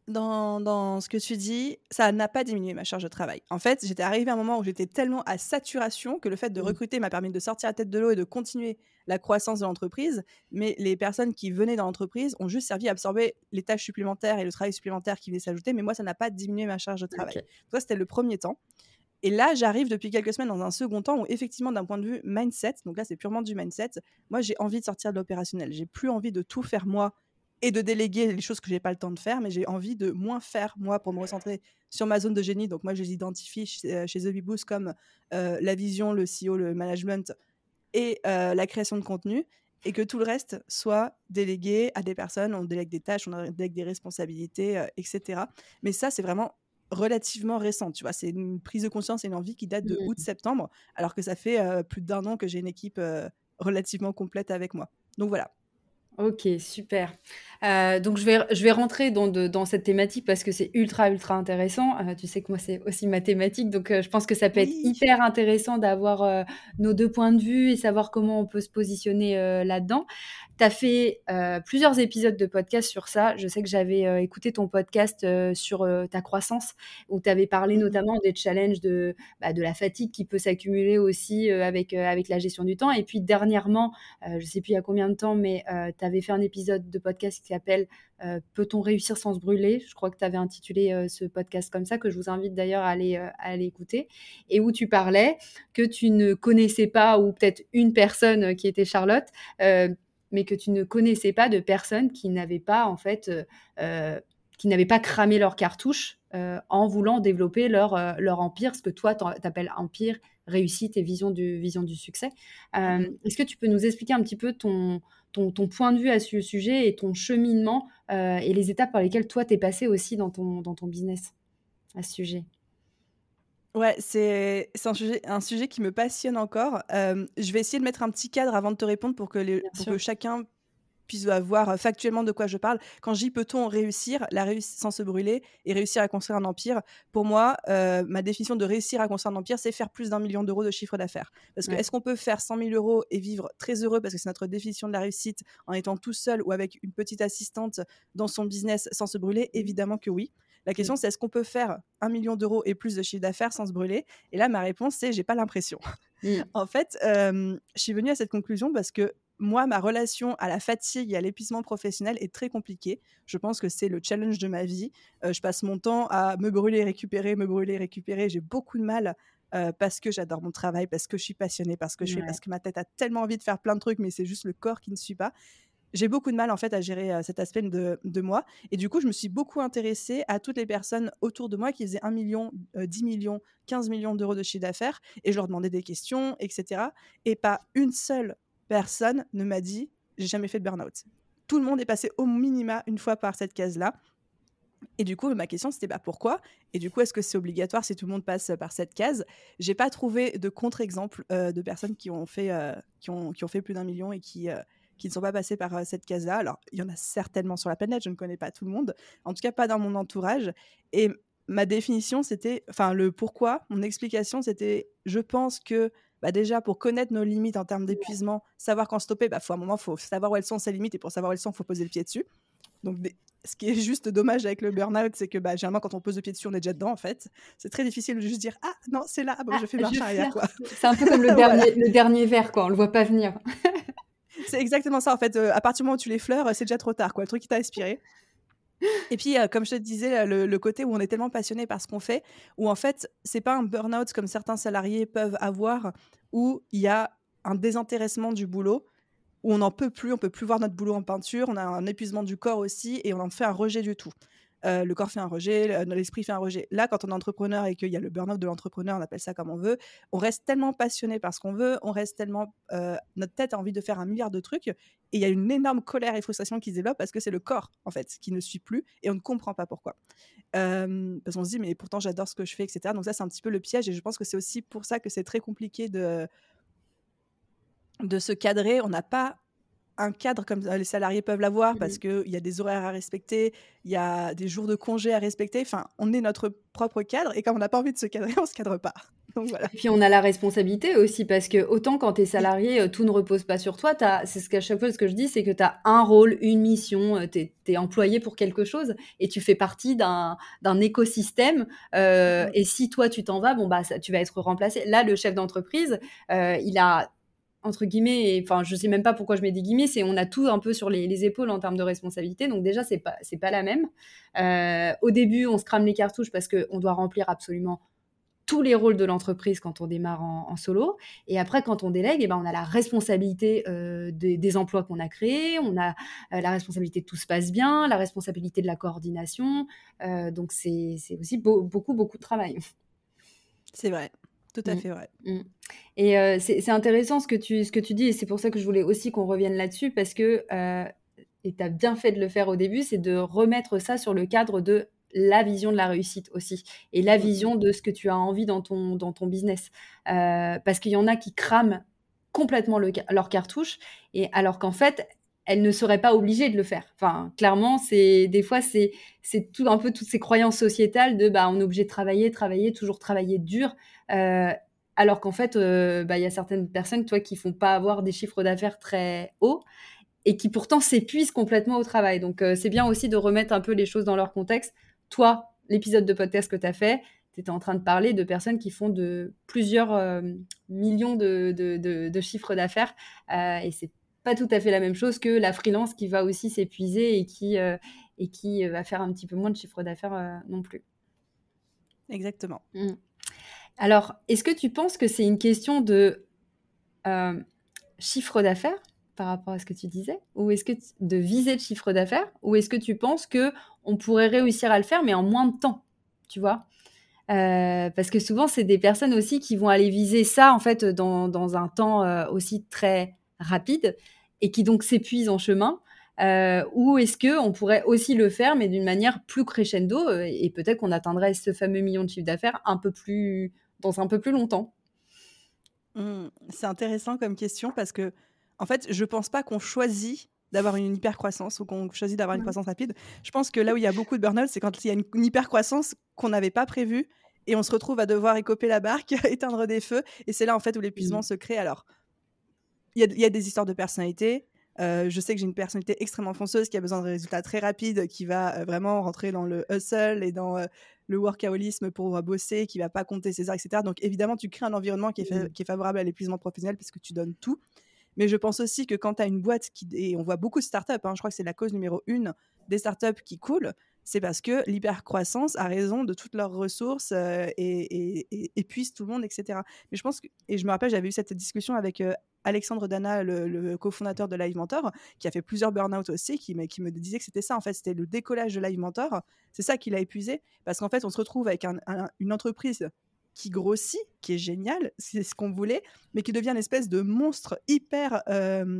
dans dans ce que tu dis, ça n'a pas diminué ma charge de travail. En fait, j'étais arrivée à un moment où j'étais tellement à saturation que le fait de Mmh. recruter m'a permis de sortir la tête de l'eau et de continuer la croissance de l'entreprise. Mais les personnes qui venaient dans l'entreprise ont juste servi à absorber les tâches supplémentaires et le travail supplémentaire qui venait s'ajouter, mais moi, ça n'a pas diminué ma charge de travail. OK. Ça, c'était le premier temps. Et là, j'arrive depuis quelques semaines dans un second temps où effectivement, d'un point de vue mindset, donc là, c'est purement du mindset, moi, j'ai envie de sortir de l'opérationnel. J'ai plus envie de tout faire moi et de déléguer les choses que j'ai pas le temps de faire, mais j'ai envie de moins faire moi pour me recentrer sur ma zone de génie. Donc moi, je les identifie chez, euh, chez The Bee Boost comme euh, la vision, le C E O, le management et euh, la création de contenu, et que tout le reste soit délégué à des personnes. On délègue des tâches, on délègue des responsabilités, euh, et cetera. Mais ça, c'est vraiment relativement récent, tu vois. C'est une prise de conscience et une envie qui date de Mmh. août-septembre, alors que ça fait euh, plus d'un an que j'ai une équipe euh, relativement complète avec moi. Donc voilà. OK, super. Heu, donc je vais je vais rentrer dans de dans cette thématique parce que c'est ultra, ultra intéressant. Heu, tu sais que moi, c'est aussi ma thématique, donc heu, je pense que ça peut être Oui. hyper intéressant d'avoir, heu, nos deux points de vue et savoir comment on peut se positionner, heu, là-dedans. Tu as fait, heu, plusieurs épisodes de podcast sur ça. Je sais que j'avais, heu, écouté ton podcast, heu, sur, heu, ta croissance où tu avais parlé Mhm. notamment des challenges de, bah, de la fatigue qui peut s'accumuler aussi, heu, avec, heu, avec la gestion du temps et puis dernièrement, heu, je ne sais plus il y a combien de temps, mais heu, tu avais fait un épisode de podcast qui s'appelle, heu, «Peut-on réussir sans se brûler?» Je crois que tu avais intitulé, heu, ce podcast comme ça, que je vous invite d'ailleurs à aller, heu, à aller écouter et où tu parlais que tu ne connaissais pas ou peut-être une personne, heu, qui était Charlotte, heu, mais que tu ne connaissais pas de personnes qui n'avaient pas en fait, heu heu, qui n'avaient pas cramé leur cartouche, heu, en voulant développer leur, heu, leur empire, ce que toi tu appelles empire, réussite et vision du vision du succès. Hem, Mhm. est-ce que tu peux nous expliquer un petit peu ton ton ton point de vue à ce sujet et ton cheminement, heu, et les étapes par lesquelles toi, tu es passé aussi dans ton dans ton business à ce sujet? Ouais, c'est c'est un sujet un sujet qui me passionne encore. Hem, je vais essayer de mettre un petit cadre avant de te répondre pour que les Bien pour sûr. que chacun puisse voir, heu, factuellement de quoi je parle. Quand je dis: «Peut-on réussir?» La réussite sans se brûler et réussir à construire un empire, pour moi, heu, ma définition de réussir à construire un empire, c'est faire plus d'un million d'euros de chiffre d'affaires. Parce que Ouais. est-ce qu'on peut faire cent mille euros et vivre très heureux parce que c'est notre définition de la réussite en étant tout seul ou avec une petite assistante dans son business sans se brûler? Mmh. Évidemment que oui. La Mmh. question, c'est est-ce qu'on peut faire un million d'euros et plus de chiffre d'affaires sans se brûler? Et là, ma réponse, c'est: j'ai pas l'impression. Mmh. En fait, hem, je suis venue à cette conclusion parce que moi, ma relation à la fatigue et à l'épuisement professionnel est très compliquée. Je pense que c'est le challenge de ma vie. Heu, je passe mon temps à me brûler, récupérer, me brûler, récupérer. J'ai beaucoup de mal, heu, parce que j'adore mon travail, parce que je suis passionnée parce que je fais Ouais. parce que ma tête a tellement envie de faire plein de trucs, mais c'est juste le corps qui ne suit pas. J'ai beaucoup de mal, en fait, à gérer, heu, cet aspect de de moi, et du coup, je me suis beaucoup intéressée à toutes les personnes autour de moi qui faisaient un million, heu, dix millions, quinze millions d'euros de chiffre d'affaires, et je leur demandais des questions et cetera, et pas une seule personne ne m'a dit: «J'ai jamais fait de burn-out». Tout le monde est passé au minima une fois par cette case-là, et du coup, ma question, c'était: «Bah, pourquoi?» Et du coup, est-ce que c'est obligatoire si tout le monde passe, par cette case? J'ai pas trouvé de contre-exemple, heu, de personnes qui ont fait, heu, qui ont qui ont fait plus d'un million et qui, heu, qui ne sont pas passées par, heu, cette case-là. Alors, il y en a certainement sur la planète, je ne connais pas tout le monde, en tout cas pas dans mon entourage, et ma définition, c'était enfin, le pourquoi, mon explication, c'était: je pense que, bah, déjà, pour connaître nos limites en termes d'épuisement, savoir quand stopper, bah, faut à un moment, faut savoir où elles sont, ses limites, et pour savoir où elles sont, faut poser le pied dessus. Donc des ce qui est juste dommage avec le burn-out, c'est que, bah, généralement, quand on pose le pied dessus, on est déjà dedans, en fait. C'est très difficile de juste dire: «Ah non, c'est là, ah bon, Ah, je fais je marche arrière, quoi». flirte. C'est un peu comme le Voilà, dernier le dernier verre quoi, on le voit pas venir. c'est exactement ça, en fait, heu, à partir du moment où tu l'effleures, c'est déjà trop tard, quoi. Le truc, il t'a aspiré. Et puis, heu, comme je te disais, le le côté où on est tellement passionné par ce qu'on fait, où en fait, c'est pas un burn-out comme certains salariés peuvent avoir, où il y a un désintéressement du boulot, où on n'en peut plus, on peut plus voir notre boulot en peinture, on a un épuisement du corps aussi, et on en fait un rejet du tout. Heu, le corps fait un rejet, le l'esprit fait un rejet. Là, quand on est entrepreneur et qu'il y a le burn-out de l'entrepreneur, on appelle ça comme on veut, on reste tellement passionné par ce qu'on veut, on reste tellement, heu, notre tête a envie de faire un milliard de trucs, et il y a une énorme colère et frustration qui se développe parce que c'est le corps, en fait, qui ne suit plus, et on ne comprend pas pourquoi. Hem, parce qu'on se dit: «Mais pourtant j'adore ce que je fais» et cetera. Donc ça, c'est un petit peu le piège, et je pense que c'est aussi pour ça que c'est très compliqué de de se cadrer. On n'a pas un cadre comme les salariés peuvent l'avoir parce Mmh. qu'il y a des horaires à respecter, il y a des jours de congé à respecter. Enfin, on est notre propre cadre, et quand on n'a pas envie de se cadrer, on se cadre pas. Donc voilà. Et puis on a la responsabilité aussi parce que autant quand tu es salarié, euh, tout ne repose pas sur toi. T'as- C'est ce qu'à chaque fois ce que je dis, c'est que tu as un rôle, une mission, tu es employé pour quelque chose et tu fais partie d'un d'un écosystème. euh, Mm. et si toi tu t'en vas, bon bah ça, tu vas être remplacé. Là, le chef d'entreprise, euh, il a entre guillemets, et, enfin je sais même pas pourquoi je mets des guillemets, c'est on a tout un peu sur les, les épaules en termes de responsabilité, donc déjà c'est pas c'est pas la même. Euh, au début, on se crame les cartouches parce qu'on doit remplir absolument tous les rôles de l'entreprise quand on démarre en, en solo. Et après, quand on délègue, eh ben, on a la responsabilité euh, des, des emplois qu'on a créés, on a euh, la responsabilité que tout se passe bien, la responsabilité de la coordination. Euh, donc, c'est, c'est aussi beau, beaucoup, beaucoup de travail. C'est vrai, tout à Mm. fait vrai. Mm. Et euh, c'est, c'est intéressant ce que, tu, ce que tu dis, et c'est pour ça que je voulais aussi qu'on revienne là-dessus, parce que, euh, et tu as bien fait de le faire au début, c'est de remettre ça sur le cadre de la vision de la réussite aussi, et la Mm, mm. vision de ce que tu as envie dans ton, dans ton business. Euh, parce qu'il y en a qui crament complètement le, leur cartouche, et alors qu'en fait, elles ne seraient pas obligées de le faire. Enfin, clairement, c'est des fois, c'est, c'est tout un peu toutes ces croyances sociétales de bah, on est obligé de travailler, travailler, toujours travailler dur. Euh, alors qu'en fait, euh, bah, y a certaines personnes, toi, qui font pas avoir des chiffres d'affaires très hauts et qui pourtant s'épuisent complètement au travail. Donc, euh, c'est bien aussi de remettre un peu les choses dans leur contexte. Toi, l'épisode de podcast que tu as fait, tu étais en train de parler de personnes qui font de plusieurs euh, millions de, de, de, de chiffres d'affaires. Euh, et c'est pas tout à fait la même chose que la freelance qui va aussi s'épuiser et qui, euh, et qui va faire un petit peu moins de chiffre d'affaires euh, non plus. Exactement. Mmh. Alors, est-ce que tu penses que c'est une question de euh, chiffre d'affaires par rapport à ce que tu disais, ou est-ce que tu- de viser le chiffre d'affaires, ou est-ce que tu penses que on pourrait réussir à le faire mais en moins de temps, tu vois? Euh, parce que souvent c'est des personnes aussi qui vont aller viser ça en fait dans, dans un temps euh, aussi très rapide et qui donc s'épuisent en chemin. Euh, ou est-ce que on pourrait aussi le faire mais d'une manière plus crescendo euh, et peut-être qu'on atteindrait ce fameux million de chiffre d'affaires un peu plus dans un peu plus longtemps. Mm. C'est intéressant comme question parce que, en fait, je pense pas qu'on choisit d'avoir une hyper croissance ou qu'on choisit d'avoir une Ouais. croissance rapide. Je pense que là où il y a beaucoup de burn-out, c'est quand il y a une, une hyper croissance qu'on n'avait pas prévue et on se retrouve à devoir écoper la barque, éteindre des feux. Et c'est là, en fait, où l'épuisement Mm. se crée. Alors, il y a, il y a des histoires de personnalité. Euh, je sais que j'ai une personnalité extrêmement fonceuse qui a besoin de résultats très rapides, qui va euh, vraiment rentrer dans le hustle et dans euh, le workaholisme pour euh, bosser, qui va pas compter ses heures, et cetera. Donc évidemment, tu crées un environnement qui est, fa- Mm. qui est favorable à l'épuisement professionnel parce que tu donnes tout. Mais je pense aussi que quand tu as une boîte qui, et on voit beaucoup de startups, hein, je crois que c'est la cause numéro une des startups qui coulent, c'est parce que l'hypercroissance a raison de toutes leurs ressources euh, et, et- et épuise tout le monde, et cetera. Mais je pense que, et je me rappelle, j'avais eu cette discussion avec euh, Alexandre Dana, le, le cofondateur de Live Mentor, qui a fait plusieurs burn-out aussi, qui me, qui me disait que c'était ça, en fait, c'était le décollage de Live Mentor. C'est ça qui l'a épuisé, parce qu'en fait, on se retrouve avec un- un- une entreprise qui grossit, qui est géniale, c'est ce qu'on voulait, mais qui devient une espèce de monstre hyper euh,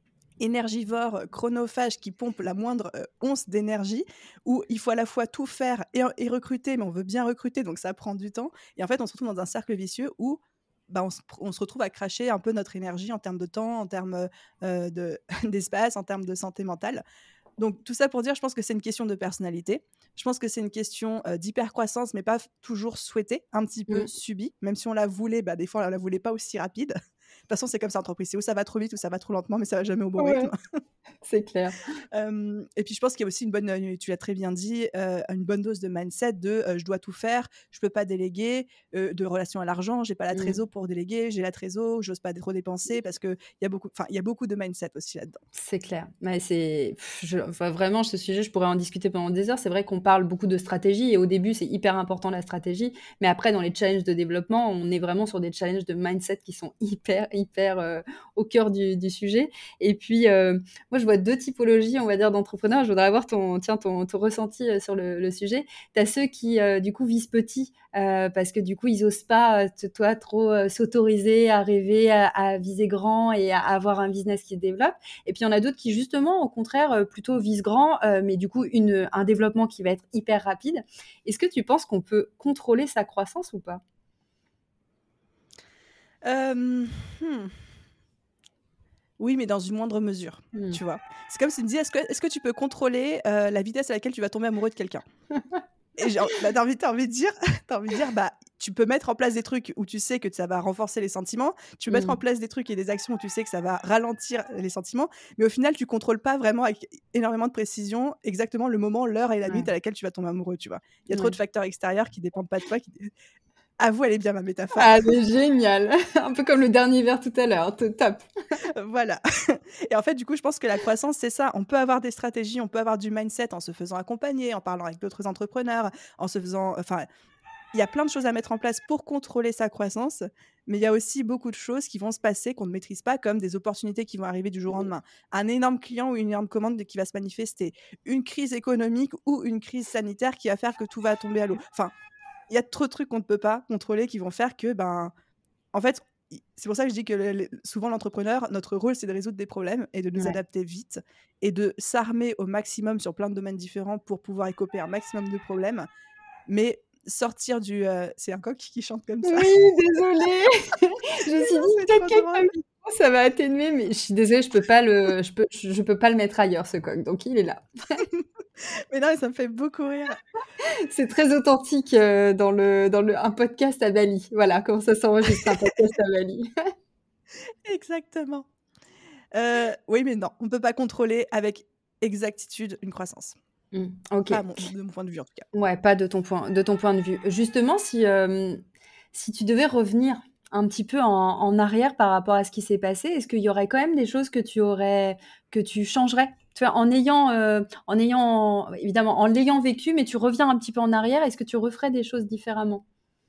énergivore, chronophage, qui pompe la moindre euh, once d'énergie, où il faut à la fois tout faire et, et recruter, mais on veut bien recruter, donc ça prend du temps. Et en fait, on se retrouve dans un cercle vicieux où bah, on, se, on se retrouve à cracher un peu notre énergie en termes de temps, en termes euh, de, d'espace, en termes de santé mentale. Donc tout ça pour dire, je pense que c'est une question de personnalité. Je pense que c'est une question euh, d'hypercroissance, mais pas f- toujours souhaitée, un petit peu Mm. subie. Même si on la voulait, bah, des fois on la voulait pas aussi rapide. De toute façon, c'est comme ça l'entreprise. C'est où ça va trop vite ou ça va trop lentement, mais ça va jamais au bon rythme. Ouais, c'est clair. Euh, et puis je pense qu'il y a aussi une bonne, euh, tu l'as très bien dit, euh, une bonne dose de mindset de euh, je dois tout faire, je peux pas déléguer, euh, de relation à l'argent, j'ai pas la Mm. trésor pour déléguer, j'ai la trésor, j'ose pas trop dépenser parce que il y a beaucoup, enfin il y a beaucoup de mindset aussi là-dedans. C'est clair. Ouais, c'est pff, je- enfin, vraiment ce sujet, je pourrais en discuter pendant des heures. C'est vrai qu'on parle beaucoup de stratégie et au début, c'est hyper important la stratégie, mais après dans les challenges de développement, on est vraiment sur des challenges de mindset qui sont hyper hyper euh, au cœur du, du sujet. Et puis euh, moi, je vois deux typologies, on va dire, d'entrepreneurs. Je voudrais avoir ton tiens ton, ton ressenti euh, sur le, le sujet. Tu as ceux qui euh, du coup visent petit euh, parce que du coup, ils osent pas euh, te- toi trop euh, s'autoriser à rêver, à, à viser grand et à avoir un business qui se développe. Et puis, il y en a d'autres qui, justement, au contraire, euh, plutôt visent grand, euh, mais du coup, une, un développement qui va être hyper rapide. Est-ce que tu penses qu'on peut contrôler sa croissance ou pas? Euh, hmm. Oui, mais dans une moindre mesure, Hmm. tu vois. C'est comme si tu me disais, est-ce que, est-ce que tu peux contrôler euh, la vitesse à laquelle tu vas tomber amoureux de quelqu'un? Et genre, bah, t'as envie, t'as envie de dire, t'as envie de dire, bah, tu peux mettre en place des trucs où tu sais que ça va renforcer les sentiments, tu peux mettre en Mmh. place des trucs et des actions où tu sais que ça va ralentir les sentiments, mais au final, tu contrôles pas vraiment avec énormément de précision exactement le moment, l'heure et la minute Ouais, à laquelle tu vas tomber amoureux, tu vois? Il y a trop de ouais. facteurs extérieurs qui dépendent pas de toi, qui avoue, elle est bien ma métaphore. Ah mais génial! Un peu comme le dernier verre tout à l'heure, t top. Voilà. Et en fait, du coup, je pense que la croissance, c'est ça. On peut avoir des stratégies, on peut avoir du mindset en se faisant accompagner, en parlant avec d'autres entrepreneurs, en se faisant enfin, il y a plein de choses à mettre en place pour contrôler sa croissance, mais il y a aussi beaucoup de choses qui vont se passer qu'on ne maîtrise pas, comme des opportunités qui vont arriver du jour au Mmh. lendemain. Un énorme client ou une énorme commande qui va se manifester, une crise économique ou une crise sanitaire qui va faire que tout va tomber à l'eau. Enfin, il y a trop de trucs qu'on ne peut pas contrôler qui vont faire que, ben, en fait, i c'est pour ça que je dis que le le souvent l'entrepreneur, notre rôle, c'est de résoudre des problèmes et de nous Ouais. adapter vite et de s'armer au maximum sur plein de domaines différents pour pouvoir écoper un maximum de problèmes. Mais sortir du, heu c'est un coq qui chante comme ça. Oui, désolée. Je me Mais suis non, dit: c'est «Peut-être trop qu'avec drôle. le micro, ça va atténuer», mais je suis désolée, je peux pas le je peux je je peux pas le mettre ailleurs ce coq, donc il est là. Mais non, mais ça me fait beaucoup rire. C'est très authentique, heu, dans le dans le un podcast à Bali. Voilà comment ça s'enregistre un podcast à Bali. Exactement. Heu, oui, mais non, on peut pas contrôler avec exactitude une croissance. Mmh, OK. Pas à mon de mon point de vue, en tout cas. Ouais, pas de ton point de ton point de vue. Justement, si, hem, si tu devais revenir un petit peu en en arrière par rapport à ce qui s'est passé, est-ce qu'il y aurait quand même des choses que tu aurais que tu changerais? Tu vois, en ayant, heu, en ayant évidemment, en l'ayant vécu, mais tu reviens un petit peu en arrière, est-ce que tu referais des choses différemment?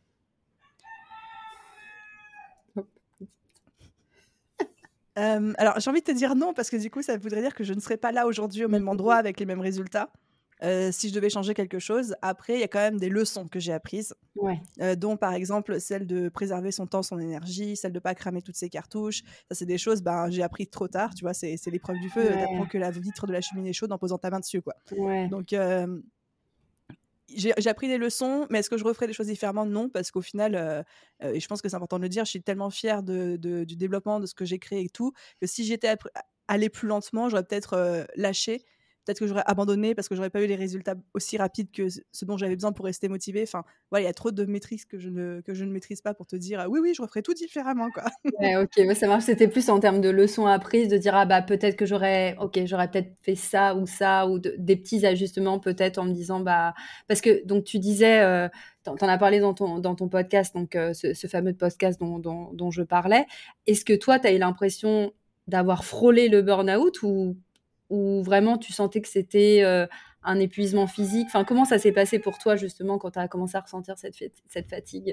Hem, alors j'ai envie de te dire non parce que du coup, ça voudrait dire que je ne serais pas là aujourd'hui au Mmh même endroit avec les mêmes résultats, heu, si je devais changer quelque chose. Après, il y a quand même des leçons que j'ai apprises, Ouais, heu, dont par exemple celle de préserver son temps, son énergie, celle de pas cramer toutes ses cartouches. Ça, c'est des choses, ben, j'ai appris trop tard, tu vois? C'est c'est l'épreuve du feu, heu, tu ouais, que la vitre de la cheminée est chaude en posant ta main dessus, quoi. ouais. Donc hem j'ai j'ai appris des leçons, mais est-ce que je referais des choses différemment? Non, parce qu'au final, heu heu et je pense que c'est important de le dire, je suis tellement fière de de du développement de ce que j'ai créé et tout, que si j'étais appr allée plus lentement, j'aurais peut-être, heu, lâché. Peut-être que j'aurais abandonné parce que j'aurais pas eu les résultats aussi rapides que ce ce dont j'avais besoin pour rester motivée. Enfin, voilà, il y a trop de maîtrise que je ne que je ne maîtrise pas pour te dire: «Ah «Oui, oui, je referais tout différemment», quoi. Ouais, OK, ouais, ça marche. C'était plus en termes de leçons apprises, de dire: «Ah bah, peut-être que j'aurais OK, j'aurais peut-être fait ça ou ça» ou de des petits ajustements peut-être en me disant, bah parce que donc tu disais, heu, tu en tu en as parlé dans ton dans ton podcast, donc heu, ce ce fameux podcast dont dont dont je parlais. Est-ce que toi, tu as eu l'impression d'avoir frôlé le burn-out ou ou vraiment tu sentais que c'était, heu, un épuisement physique? Enfin, comment ça s'est passé pour toi justement quand tu as commencé à ressentir cette fét cette fatigue?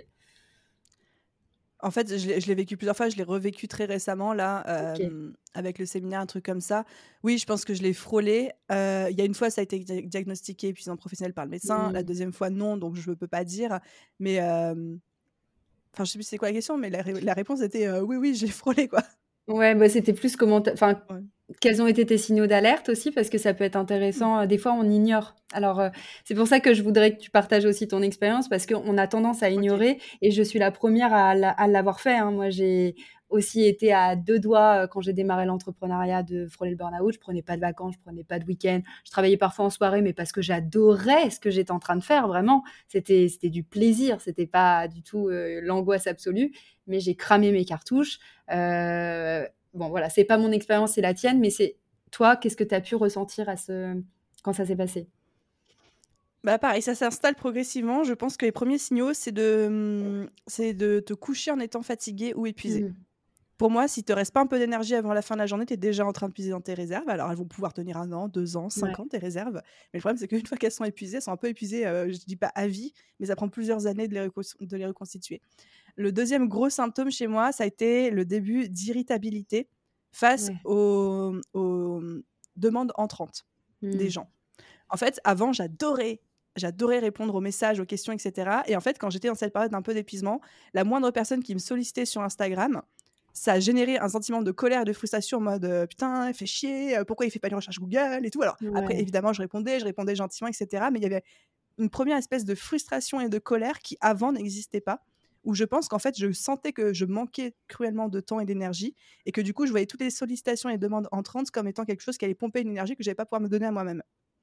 En fait, je l'ai je l'ai vécu plusieurs fois, je l'ai revécu très récemment là, OK. hem, avec le séminaire, un truc comme ça. Oui, je pense que je l'ai frôlé. Heu, il y a une fois, ça a été dia diagnostiqué épuisement professionnel par le médecin. La Mmh. deuxième fois, non, donc je ne peux pas dire. Mais, hem, enfin, je sais plus c'est quoi la question, mais la ré la réponse était, heu, oui, oui, j'ai frôlé, quoi. Ouais, bah, c'était plus comment tu enfin, Ouais. quels ont été tes signaux d'alerte aussi? Parce que ça peut être intéressant, heu, des fois on ignore. Alors, heu, c'est pour ça que je voudrais que tu partages aussi ton expérience parce qu'on a tendance à OK. ignorer et je suis la première à l'a à l'avoir fait, hein. Moi, j'ai aussi été à deux doigts, heu, quand j'ai démarré l'entrepreneuriat de frôler le burn-out. Je prenais pas de vacances, je prenais pas de week-end. Je travaillais parfois en soirée, mais parce que j'adorais ce que j'étais en train de faire, vraiment. C'était c'était du plaisir, c'était pas du tout, heu, l'angoisse absolue, mais j'ai cramé mes cartouches. Heu, bon voilà, c'est pas mon expérience, c'est la tienne, mais c'est toi, qu'est-ce que tu as pu ressentir à ce quand ça s'est passé? Bah, pareil, ça s'installe progressivement. Je pense que les premiers signaux, c'est de, mmh, c'est de te coucher en étant fatigué ou épuisé. Mmh. Pour moi, si te reste pas un peu d'énergie avant la fin de la journée, tu es déjà en train de puiser dans tes réserves. Alors, elles vont pouvoir tenir un an, deux ans, cinq Ouais, ans, tes réserves. Mais le problème, c'est qu'une fois qu'elles sont épuisées, elles sont un peu épuisées, heu, je dis pas à vie, mais ça prend plusieurs années de les recons de les reconstituer. Le deuxième gros symptôme chez moi, ça a été le début d'irritabilité face ouais. aux, aux, mmh, demandes entrantes des Mmh. gens. En fait, avant, j'adorais j'adorais répondre aux messages, aux questions et cetera et en fait, quand j'étais dans cette période d'un peu d'épuisement, la moindre personne qui me sollicitait sur Instagram, ça a généré un sentiment de colère et de frustration en mode, heu: «Putain, il fait chier, heu, pourquoi il fait pas une recherche Google et tout?» Alors après, Ouais. évidemment, je répondais, je répondais gentiment et cetera, mais il y avait une première espèce de frustration et de colère qui, avant, n'existait pas, où je pense qu'en fait, je sentais que je manquais cruellement de temps et d'énergie et que du coup, je voyais toutes les sollicitations et demandes entrantes comme étant quelque chose qui allait pomper une énergie que j'allais pas pouvoir me donner à moi-même.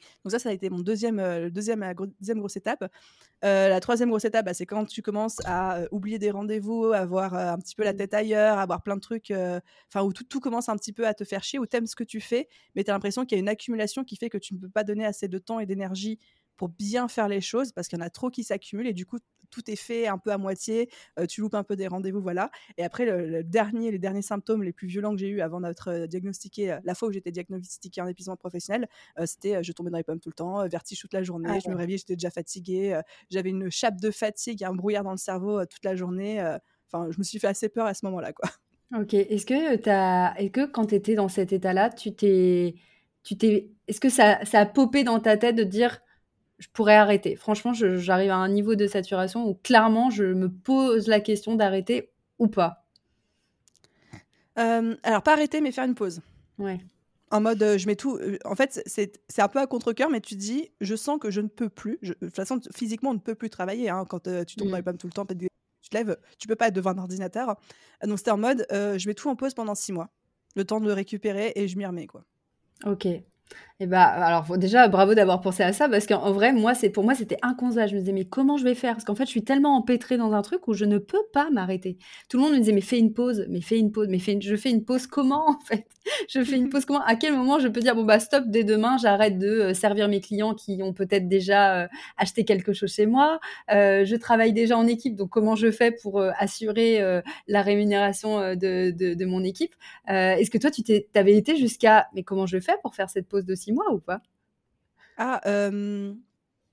Donc ça, ça a été mon deuxième, heu, le deuxième, la gro deuxième grosse étape. Heu, la troisième grosse étape, bah, c'est quand tu commences à, heu, oublier des rendez-vous, avoir, heu, un petit peu la Mmh. tête ailleurs, avoir plein de trucs, heu, enfin où tout tout commence un petit peu à te faire chier, où tu aimes ce que tu fais, mais tu as l'impression qu'il y a une accumulation qui fait que tu ne peux pas donner assez de temps et d'énergie pour bien faire les choses parce qu'il y en a trop qui s'accumulent et du coup, tout est fait un peu à moitié, heu, tu loupes un peu des rendez-vous, voilà. Et après le le dernier les derniers symptômes les plus violents que j'ai eu avant d'être, heu, diagnostiquée, heu, la fois où j'étais diagnostiquée en épuisement professionnel, heu, c'était, heu, je tombais dans les pommes tout le temps, heu, vertige toute la Ah journée, je me ouais. réveillais, j'étais déjà fatiguée, heu, j'avais une chape de fatigue, un brouillard dans le cerveau, heu, toute la journée, heu, enfin je me suis fait assez peur à ce moment-là, quoi. OK. Est-ce que tu est-ce que quand tu étais dans cet état-là, tu t'es tu t'es est-ce que ça ça a popé dans ta tête de dire: «Je pourrais arrêter. Franchement, je j'arrive à un niveau de saturation où clairement je me pose la question d'arrêter» ou pas? Hem, alors pas arrêter, mais faire une pause. Ouais. En mode, heu, je mets tout, heu, en fait, c'est c'est un peu à contre-cœur, mais tu dis: «Je sens que je ne peux plus». Je de toute façon, t physiquement, on ne peut plus travailler, hein, quand, heu, tu tombes dans les Mmh. pommes tout le temps, tu tu te lèves, tu peux pas être devant un ordinateur. Donc c'était en mode, heu, je mets tout en pause pendant six mois. Le temps de récupérer et je m'y remets, quoi. OK. Et bah, alors faut déjà bravo d'avoir pensé à ça parce qu'en en vrai, moi, c'est pour moi, c'était inconcevable. Je me disais: «Mais comment je vais faire?» Parce qu'en fait, je suis tellement empêtrée dans un truc où je ne peux pas m'arrêter. Tout le monde me disait: «Mais fais une pause, mais fais une pause, mais fais une» je fais une pause comment en fait? Je fais une pause comment? À quel moment je peux dire: «Bon bah stop, dès demain, j'arrête de, heu, servir mes clients qui ont peut-être déjà, heu, acheté quelque chose chez moi. Heu, je travaille déjà en équipe, donc comment je fais pour, heu, assurer, heu, la rémunération, heu, de de de mon équipe?» Heu, est-ce que toi, tu t'es tu avais été jusqu'à: «Mais comment je fais pour faire cette pause de six mois?» ou pas? Ah, hem,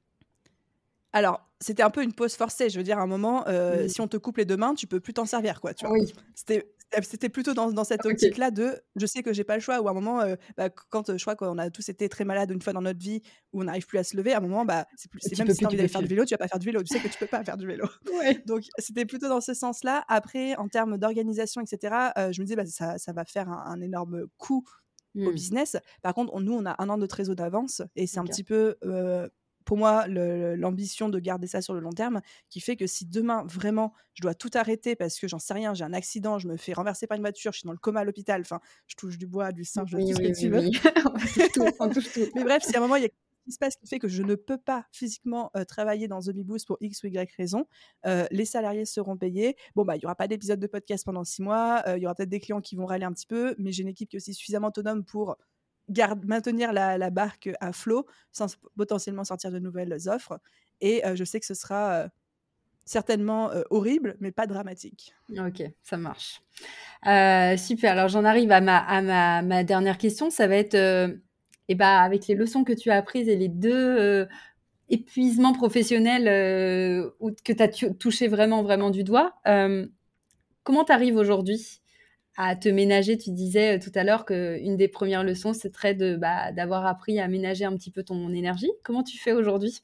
alors, c'était un peu une pause forcée. Je veux dire, à un moment, heu, Mmh. si on te coupe les deux mains, tu peux plus t'en servir, quoi, tu vois? Oui, C'était c'était plutôt dans dans cette OK. optique-là de: je sais que j'ai pas le choix, ou à un moment, heu, bah, q quand, heu, je crois qu'on a tous été très malades une fois dans notre vie, où on n'arrive plus à se lever, à un moment, bah, c'est plus c'est Tu même peux si tu plus, as tu envie peux d'aller faire du plus. vélo, tu vas pas faire du vélo. Tu sais que tu peux pas faire du vélo. Ouais. Donc c'était plutôt dans ce sens-là. Après, en termes d'organisation et cetera, heu, je me disais: «Bah, ça ça va faire un un énorme coup au Mmh. business». Par contre, on nous, on a un an de trésor d'avance et c'est un OK. petit peu, heu, pour moi, le l'ambition de garder ça sur le long terme qui fait que si demain, vraiment, je dois tout arrêter parce que j'en sais rien, j'ai un accident, je me fais renverser par une voiture, je suis dans le coma à l'hôpital, enfin, je touche du bois, du singe, Oui, tout ce que oui, tu oui, veux. oui. On touche tout, on touche tout. Mais bref, si à un moment, il y a quelque chose qui se passe qui fait que je ne peux pas physiquement, heu, travailler dans The Bee Boost pour X ou Y raison, heu, les salariés seront payés. Bon, bah, il y aura pas d'épisode de podcast pendant six mois, heu, il y aura peut-être des clients qui vont râler un petit peu, mais j'ai une équipe qui est aussi suffisamment autonome pour garde maintenir la la barque à flot, sans s potentiellement sortir de nouvelles offres. Et heu, je sais que ce sera, heu, certainement, heu, horrible, mais pas dramatique. OK, ça marche. Heu, super, alors j'en arrive à ma à ma ma dernière question, ça va être, heu et bah, avec les leçons que tu as apprises et les deux heu, épuisements professionnels, heu, où que tu as tu touché vraiment, vraiment du doigt, hem, comment tu arrives aujourd'hui à te ménager? Tu disais, heu, tout à l'heure qu'une des premières leçons, ce serait de, bah, d'avoir appris à ménager un petit peu ton énergie. Comment tu fais aujourd'hui?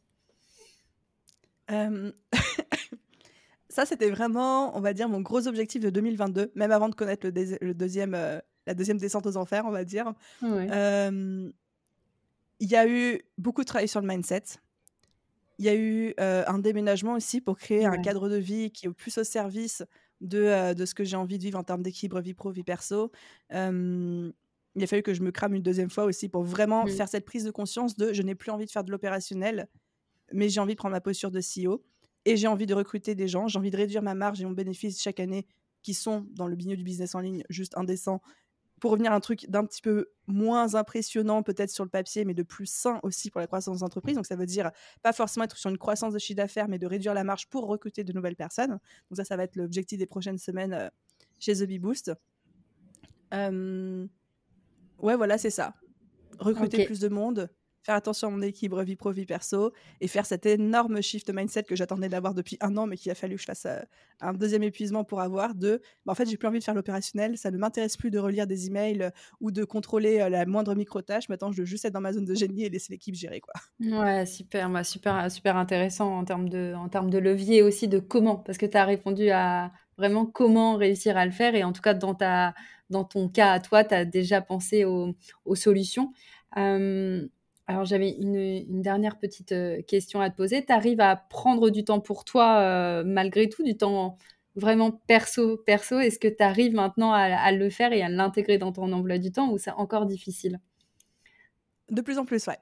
Hem, ça, c'était vraiment, on va dire, mon gros objectif de deux mille vingt-deux, même avant de connaître le dési le deuxième, heu, la deuxième descente aux enfers, on va dire. Ouais, Hem, il y a eu beaucoup de travail sur le mindset. Il y a eu, heu, un déménagement aussi pour créer un ouais. cadre de vie qui est plus au service de, heu, de ce que j'ai envie de vivre en termes d'équilibre vie pro, vie perso. Hem, il a fallu que je me crame une deuxième fois aussi pour vraiment Mmh. faire cette prise de conscience de: «Je n'ai plus envie de faire de l'opérationnel, mais j'ai envie de prendre ma posture de C E O et j'ai envie de recruter des gens. J'ai envie de réduire ma marge et mon bénéfice chaque année qui sont, dans le milieu du business en ligne, juste indécents, pour revenir à un truc d'un petit peu moins impressionnant peut-être sur le papier, mais de plus sain aussi pour la croissance d'entreprise. Donc ça veut dire pas forcément être sur une croissance de chiffre d'affaires, mais de réduire la marge pour recruter de nouvelles personnes. Donc ça, ça va être l'objectif des prochaines semaines, heu, chez The Bee Boost. Hem, ouais, voilà, c'est ça. Recruter OK. plus de monde, faire attention à mon équilibre vie pro, vie perso et faire cet énorme shift mindset que j'attendais d'avoir depuis un an, mais qu'il a fallu que je fasse, heu, un deuxième épuisement pour avoir de: «Bah, en fait, j'ai plus envie de faire l'opérationnel, ça ne m'intéresse plus de relire des emails, heu, ou de contrôler, heu, la moindre micro-tâche. Maintenant, je veux juste être dans ma zone de génie et laisser l'équipe gérer, quoi». Ouais, super, bah, super, super intéressant en termes de en termes de levier aussi de comment, parce que tu as répondu à vraiment comment réussir à le faire et en tout cas dans ta dans ton cas à toi, tu as déjà pensé aux aux solutions. Hem, alors j'avais une, une dernière petite, heu, question à te poser. Tu arrives à prendre du temps pour toi, heu, malgré tout, du temps vraiment perso perso? Est-ce que tu arrives maintenant à à le faire et à l'intégrer dans ton emploi du temps ou c'est encore difficile? De plus en plus, ouais.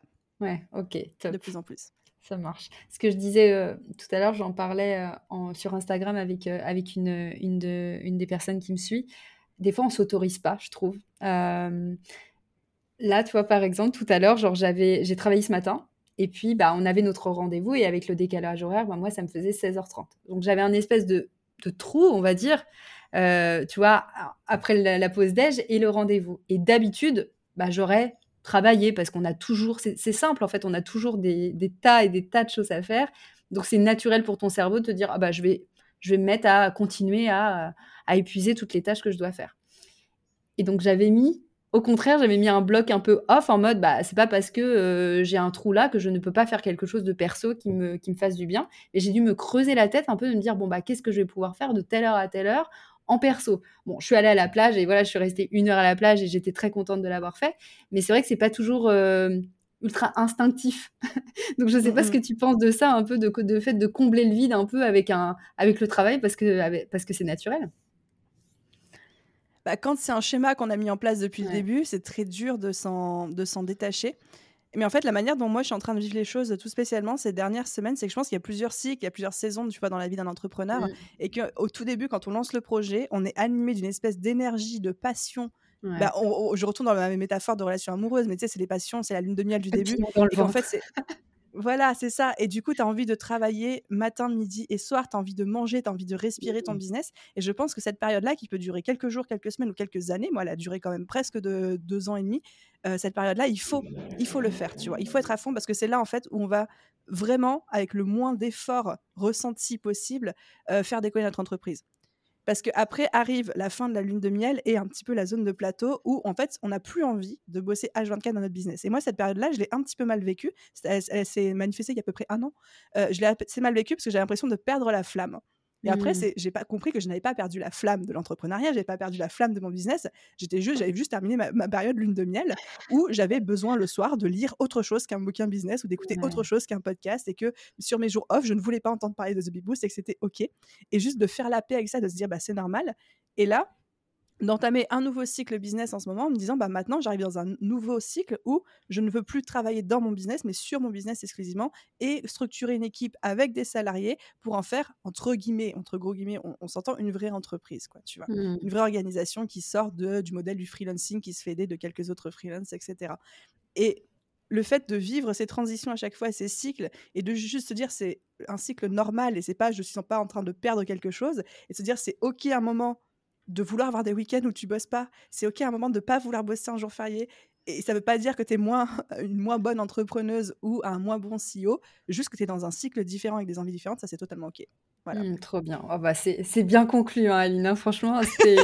Ouais, OK, de top. plus en plus. Ça marche. Ce que je disais euh, tout à l'heure, j'en parlais euh, en- sur Instagram avec, euh, avec une, une, de- une des personnes qui me suit. Des fois, on s'autorise pas, je trouve. Euh, Là, tu vois, par exemple, tout à l'heure, genre, j'avais, j'ai travaillé ce matin. Et puis, bah, on avait notre rendez-vous. Et avec le décalage horaire, bah, moi, ça me faisait seize heures trente. Donc, j'avais un espèce de, de trou, on va dire, euh, tu vois, après la, la pause déj et le rendez-vous. Et d'habitude, bah, j'aurais travaillé parce qu'on a toujours, c'est, c'est simple, en fait, on a toujours des, des tas et des tas de choses à faire. Donc, c'est naturel pour ton cerveau de te dire, ah, bah, je vais, je vais me mettre à continuer à, à épuiser toutes les tâches que je dois faire. Et donc, j'avais mis, au contraire, j'avais mis un bloc un peu off en mode, bah, c'est pas parce que euh, j'ai un trou là que je ne peux pas faire quelque chose de perso qui me, qui me fasse du bien. Et j'ai dû me creuser la tête un peu de me dire, bon, bah, qu'est-ce que je vais pouvoir faire de telle heure à telle heure en perso. Bon, je suis allée à la plage et voilà, je suis restée une heure à la plage et j'étais très contente de l'avoir fait. Mais c'est vrai que c'est pas toujours euh, ultra instinctif. Donc, je sais pas ce que Mm, tu penses de ça, un peu de, de fait de combler le vide un peu avec, un, avec le travail parce que, avec- parce que c'est naturel. Bah, quand c'est un schéma qu'on a mis en place depuis le Ouais. début, c'est très dur de s'en de s'en détacher. Mais en fait, la manière dont moi je suis en train de vivre les choses tout spécialement ces dernières semaines, c'est que je pense qu'il y a plusieurs cycles, il y a plusieurs saisons, tu vois, dans la vie d'un entrepreneur, Mm. et qu'au tout début, quand on lance le projet, on est animé d'une espèce d'énergie, de passion. Bah, Ouais. on- on- je retourne dans ma métaphore de relation amoureuse, mais tu sais, c'est les passions, c'est la lune de miel du Le début, piment dans le et qu'en fait, ventre. c'est voilà, c'est ça. Et du coup, tu as envie de travailler matin, midi et soir, tu as envie de manger, tu as envie de respirer ton business. Et je pense que cette période-là, qui peut durer quelques jours, quelques semaines ou quelques années, moi, elle a duré quand même presque de deux ans et demi, euh, cette période-là, il faut, il faut le faire, tu vois. Il faut être à fond parce que c'est là, en fait, où on va vraiment, avec le moins d'efforts ressentis possible, euh, faire décoller notre entreprise. Parce qu'après arrive la fin de la lune de miel et un petit peu la zone de plateau où, en fait, on n'a plus envie de bosser H vingt-quatre dans notre business. Et moi, cette période-là, je l'ai un petit peu mal vécue. C'est- Elle, elle s'est manifestée il y a à peu près un an. Euh, je l'ai assez mal vécue parce que j'ai l'impression de perdre la flamme. Et après, Mmh. c'est, j'ai pas compris que je n'avais pas perdu la flamme de l'entrepreneuriat, j'avais pas perdu la flamme de mon business. J'étais juste, j'avais juste terminé ma, ma période lune de miel où j'avais besoin le soir de lire autre chose qu'un bouquin business ou d'écouter autre Ouais. chose qu'un podcast, et que sur mes jours off, je ne voulais pas entendre parler de The Big Boost et que c'était OK. Et juste de faire la paix avec ça, de se dire, bah, c'est normal. Et là, d'entamer un nouveau cycle business en ce moment en me disant, bah, maintenant j'arrive dans un nouveau cycle où je ne veux plus travailler dans mon business mais sur mon business exclusivement, et structurer une équipe avec des salariés pour en faire, entre guillemets, entre gros guillemets, on, on s'entend, une vraie entreprise, quoi, tu vois, Mmh. une vraie organisation qui sort de, du modèle du freelancing qui se fait aider de quelques autres freelances, etc. Et le fait de vivre ces transitions à chaque fois, ces cycles, et de juste se dire c'est un cycle normal et c'est pas, je ne suis pas en train de perdre quelque chose, et se dire c'est OK un moment de vouloir avoir des week-ends où tu bosses pas, c'est OK un moment de pas vouloir bosser un jour férié, et ça veut pas dire que tu es moins, une moins bonne entrepreneuse ou un moins bon C E O, juste que tu es dans un cycle différent avec des envies différentes, ça c'est totalement OK. Voilà. Mmh, trop bien. Oh bah, c'est c'est bien conclu, hein, Aline, hein, franchement, c'était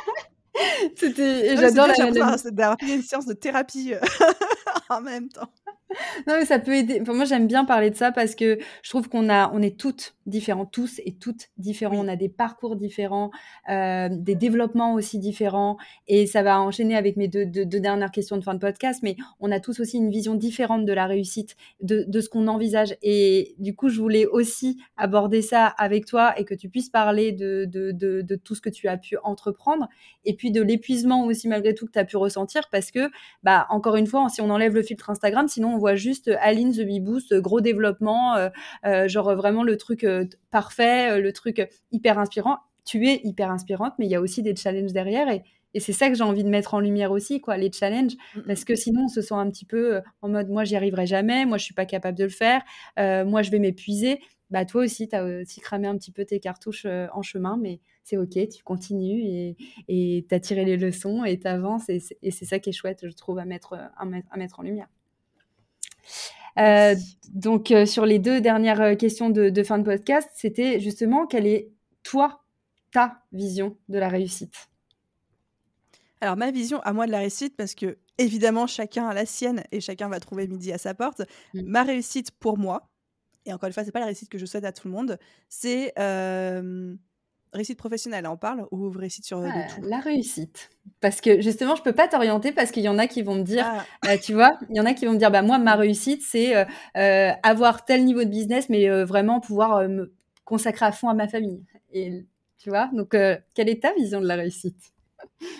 c'était et Non mais c'est j'adore bien, la j'ai la l'impression d'avoir fait une séance de thérapie euh, en même temps. non, mais ça peut aider. Enfin, moi, j'aime bien parler de ça parce que je trouve qu'on a, on est toutes différentes, tous et toutes différents. On Oui. a des parcours différents, euh, des développements aussi différents. Et ça va enchaîner avec mes deux, deux, deux dernières questions de fin de podcast. Mais on a tous aussi une vision différente de la réussite, de, de ce qu'on envisage. Et du coup, je voulais aussi aborder ça avec toi et que tu puisses parler de, de, de, de tout ce que tu as pu entreprendre et puis de l'épuisement aussi, malgré tout, que tu as pu ressentir parce que, bah, encore une fois, si on enlève le filtre Instagram, sinon on voit juste Aline The Bee Boost, gros développement, euh, euh, genre vraiment le truc euh, parfait, euh, le truc hyper inspirant. Tu es hyper inspirante, mais il y a aussi des challenges derrière et, et c'est ça que j'ai envie de mettre en lumière aussi, quoi, les challenges, parce Mm-mm. que sinon on se sent un petit peu en mode moi j'y arriverai jamais, moi je suis pas capable de le faire, euh, moi je vais m'épuiser. Bah toi aussi, tu as aussi cramé un petit peu tes cartouches euh, en chemin, mais c'est ok, tu continues et et tu as tiré les leçons et tu avances et c'est, et c'est ça qui est chouette, je trouve, à mettre, à mettre, à mettre en lumière. Euh, Merci. donc, euh, sur les deux dernières questions de, de fin de podcast, c'était justement quelle est, toi, ta vision de la réussite? Alors, ma vision à moi de la réussite, parce que évidemment, chacun a la sienne et chacun va trouver midi à sa porte. Mm. Ma réussite pour moi, et encore une fois, c'est pas la réussite que je souhaite à tout le monde, c'est euh, réussite professionnelle, hein, on parle, ou réussite sur euh, de Ah, tout. la réussite. Parce que justement, je peux pas t'orienter parce qu'il y en a qui vont me dire, Ah, euh, tu vois, il y en a qui vont me dire, bah moi, ma mm. réussite, c'est euh, euh, avoir tel niveau de business, mais euh, vraiment pouvoir euh, me consacrer à fond à ma famille. Et tu vois, donc, euh, quelle est ta vision de la réussite?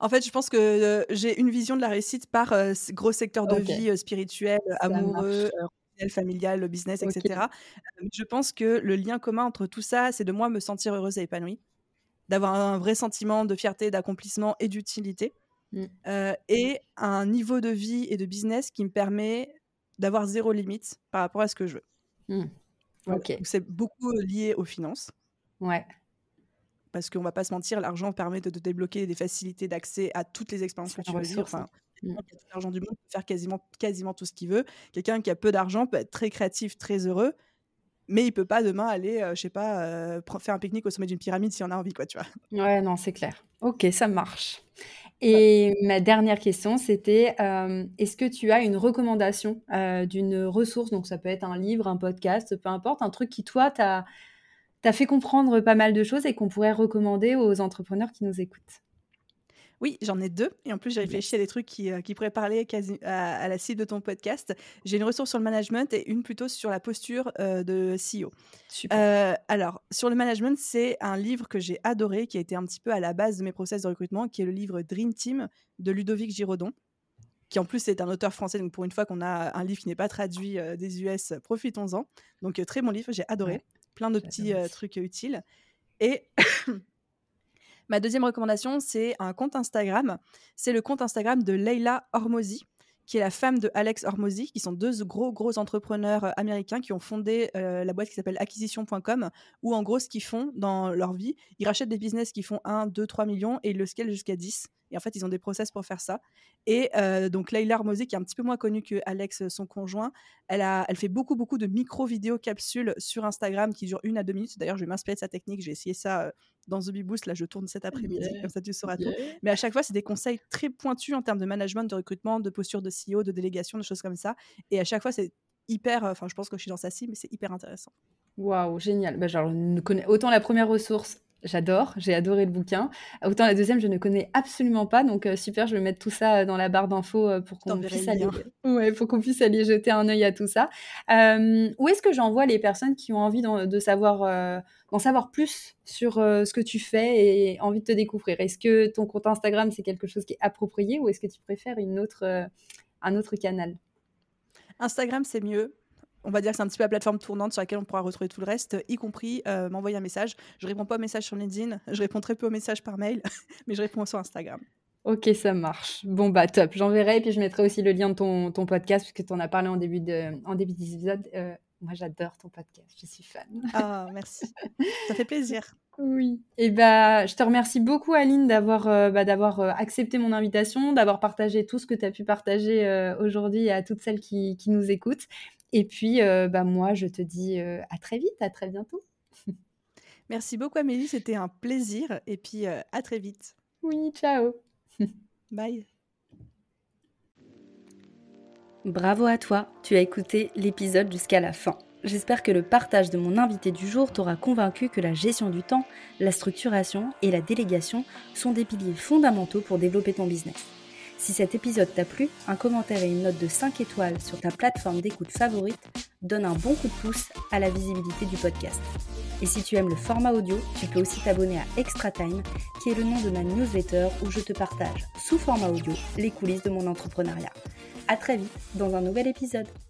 En fait, je pense que, heu, j'ai une vision de la réussite par, heu, s gros secteur de OK, vie, heu, spirituel, ça amoureux, marche. heu, relationnel, familial, business et OK. cetera. Hem, je pense que le lien commun entre tout ça, c'est de moi me sentir heureuse et épanouie, d'avoir un vrai sentiment de fierté, d'accomplissement et d'utilité, Mmh. heu et un niveau de vie et de business qui me permet d'avoir zéro limite par rapport à ce que je veux. Mmh. Voilà, OK. donc c'est beaucoup, heu, lié aux finances. Ouais, Parce qu'on va pas se mentir, l'argent permet de te débloquer des facilités d'accès à toutes les expériences que c'est une tu veux vivre. ressource, Enfin, hein. Mmh. quelqu'un qui a tout l'argent du monde peut faire quasiment quasiment tout ce qu'il veut. Quelqu'un qui a peu d'argent peut être très créatif, très heureux, mais il peut pas demain aller, heu, je sais pas, heu, pren faire un pique-nique au sommet d'une pyramide s'il en a envie quoi, tu vois? Ouais, non, c'est clair. OK, ça marche. Ouais. Et ma dernière question, c'était, hem, est-ce que tu as une recommandation, heu, d'une ressource? Donc ça peut être un livre, un podcast, peu importe, un truc qui toi t'a t'a fait comprendre pas mal de choses et qu'on pourrait recommander aux entrepreneurs qui nous écoutent? Oui, j'en ai deux et en plus j'ai réfléchi Yes, à des trucs qui, heu, qui pourraient parler quasi à à la cible de ton podcast. J'ai une ressource sur le management et une plutôt sur la posture, heu, de C E O. super. Heu, alors, sur le management, c'est un livre que j'ai adoré, qui a été un petit peu à la base de mes process de recrutement, qui est le livre Dream Team de Ludovic Giraudon, qui en plus est un auteur français, donc pour une fois qu'on a un livre qui n'est pas traduit, heu, des U S, profitons-en. Donc heu, très bon livre, j'ai Ouais, adoré. Plein de j'adore petits, heu, aussi. trucs, heu, utiles et ma deuxième recommandation, c'est un compte Instagram. C'est le compte Instagram de Leila Hormozi, qui est la femme de Alex Hormozi, qui sont deux gros, gros entrepreneurs, heu, américains qui ont fondé, heu, la boîte qui s'appelle acquisition point com, où en gros, ce qu'ils font dans leur vie, ils rachètent des business qui font un, deux, trois millions et ils le scalent jusqu'à dix. Et en fait, ils ont des process pour faire ça. Et heu, donc Leila Hormozi, qui est un petit peu moins connue que Alex, son conjoint, elle a elle fait beaucoup, beaucoup de micro-vidéos capsules sur Instagram qui durent une à deux minutes. D'ailleurs, je vais m'inspirer de sa technique. J'ai essayé ça, heu, dans The Bee Boost. Là, je tourne cet après-midi, Yeah, comme ça tu sauras tout. yeah. Mais à chaque fois, c'est des conseils très pointus en termes de management, de recrutement, de posture de C E O, de délégation, de choses comme ça. Et à chaque fois, c'est hyper, heu, enfin, je pense que je suis dans sa cible, mais c'est hyper intéressant. Waouh, génial. Bah, genre, je ne connais autant la première ressource, j'adore, j'ai adoré le bouquin. Autant la deuxième, je ne connais absolument pas. Donc, heu, super, je vais mettre tout ça, heu, dans la barre d'infos, heu, pour Je qu'on t'enverrai puisse le lien. aller ouais, pour qu'on puisse aller jeter un œil à tout ça. Hem, où est-ce que j'envoie les personnes qui ont envie d'en de savoir, heu, d'en savoir plus sur, heu, ce que tu fais et envie de te découvrir? Est-ce que ton compte Instagram, c'est quelque chose qui est approprié ou est-ce que tu préfères une autre, heu, un autre canal? Instagram, c'est mieux. On va dire que c'est un petit peu la plateforme tournante sur laquelle on pourra retrouver tout le reste, y compris, heu, m'envoyer un message. Je réponds pas aux messages sur LinkedIn, je réponds très peu aux messages par mail, mais je réponds sur Instagram. OK, ça marche. Bon, bah, top. J'enverrai et puis je mettrai aussi le lien de ton ton podcast puisque tu en as parlé en début de en début d'épisode. Heu, moi, j'adore ton podcast, je suis fan. Ah merci, ça fait plaisir. Oui et bah, je te remercie beaucoup Aline d'avoir, heu, bah, d'avoir, heu, accepté mon invitation, d'avoir partagé tout ce que tu as pu partager, heu, aujourd'hui à toutes celles qui qui nous écoutent et puis, heu, bah, moi, je te dis, heu, à très vite, à très bientôt. Merci beaucoup Amélie, c'était un plaisir et puis, heu, à très vite. Oui, ciao. Bye. Bravo à toi, tu as écouté l'épisode jusqu'à la fin. J'espère que le partage de mon invité du jour t'aura convaincu que la gestion du temps, la structuration et la délégation sont des piliers fondamentaux pour développer ton business. Si cet épisode t'a plu, un commentaire et une note de cinq étoiles sur ta plateforme d'écoute favorite donne un bon coup de pouce à la visibilité du podcast. Et si tu aimes le format audio, tu peux aussi t'abonner à Extra Time, qui est le nom de ma newsletter où je te partage, sous format audio, les coulisses de mon entrepreneuriat. À très vite dans un nouvel épisode.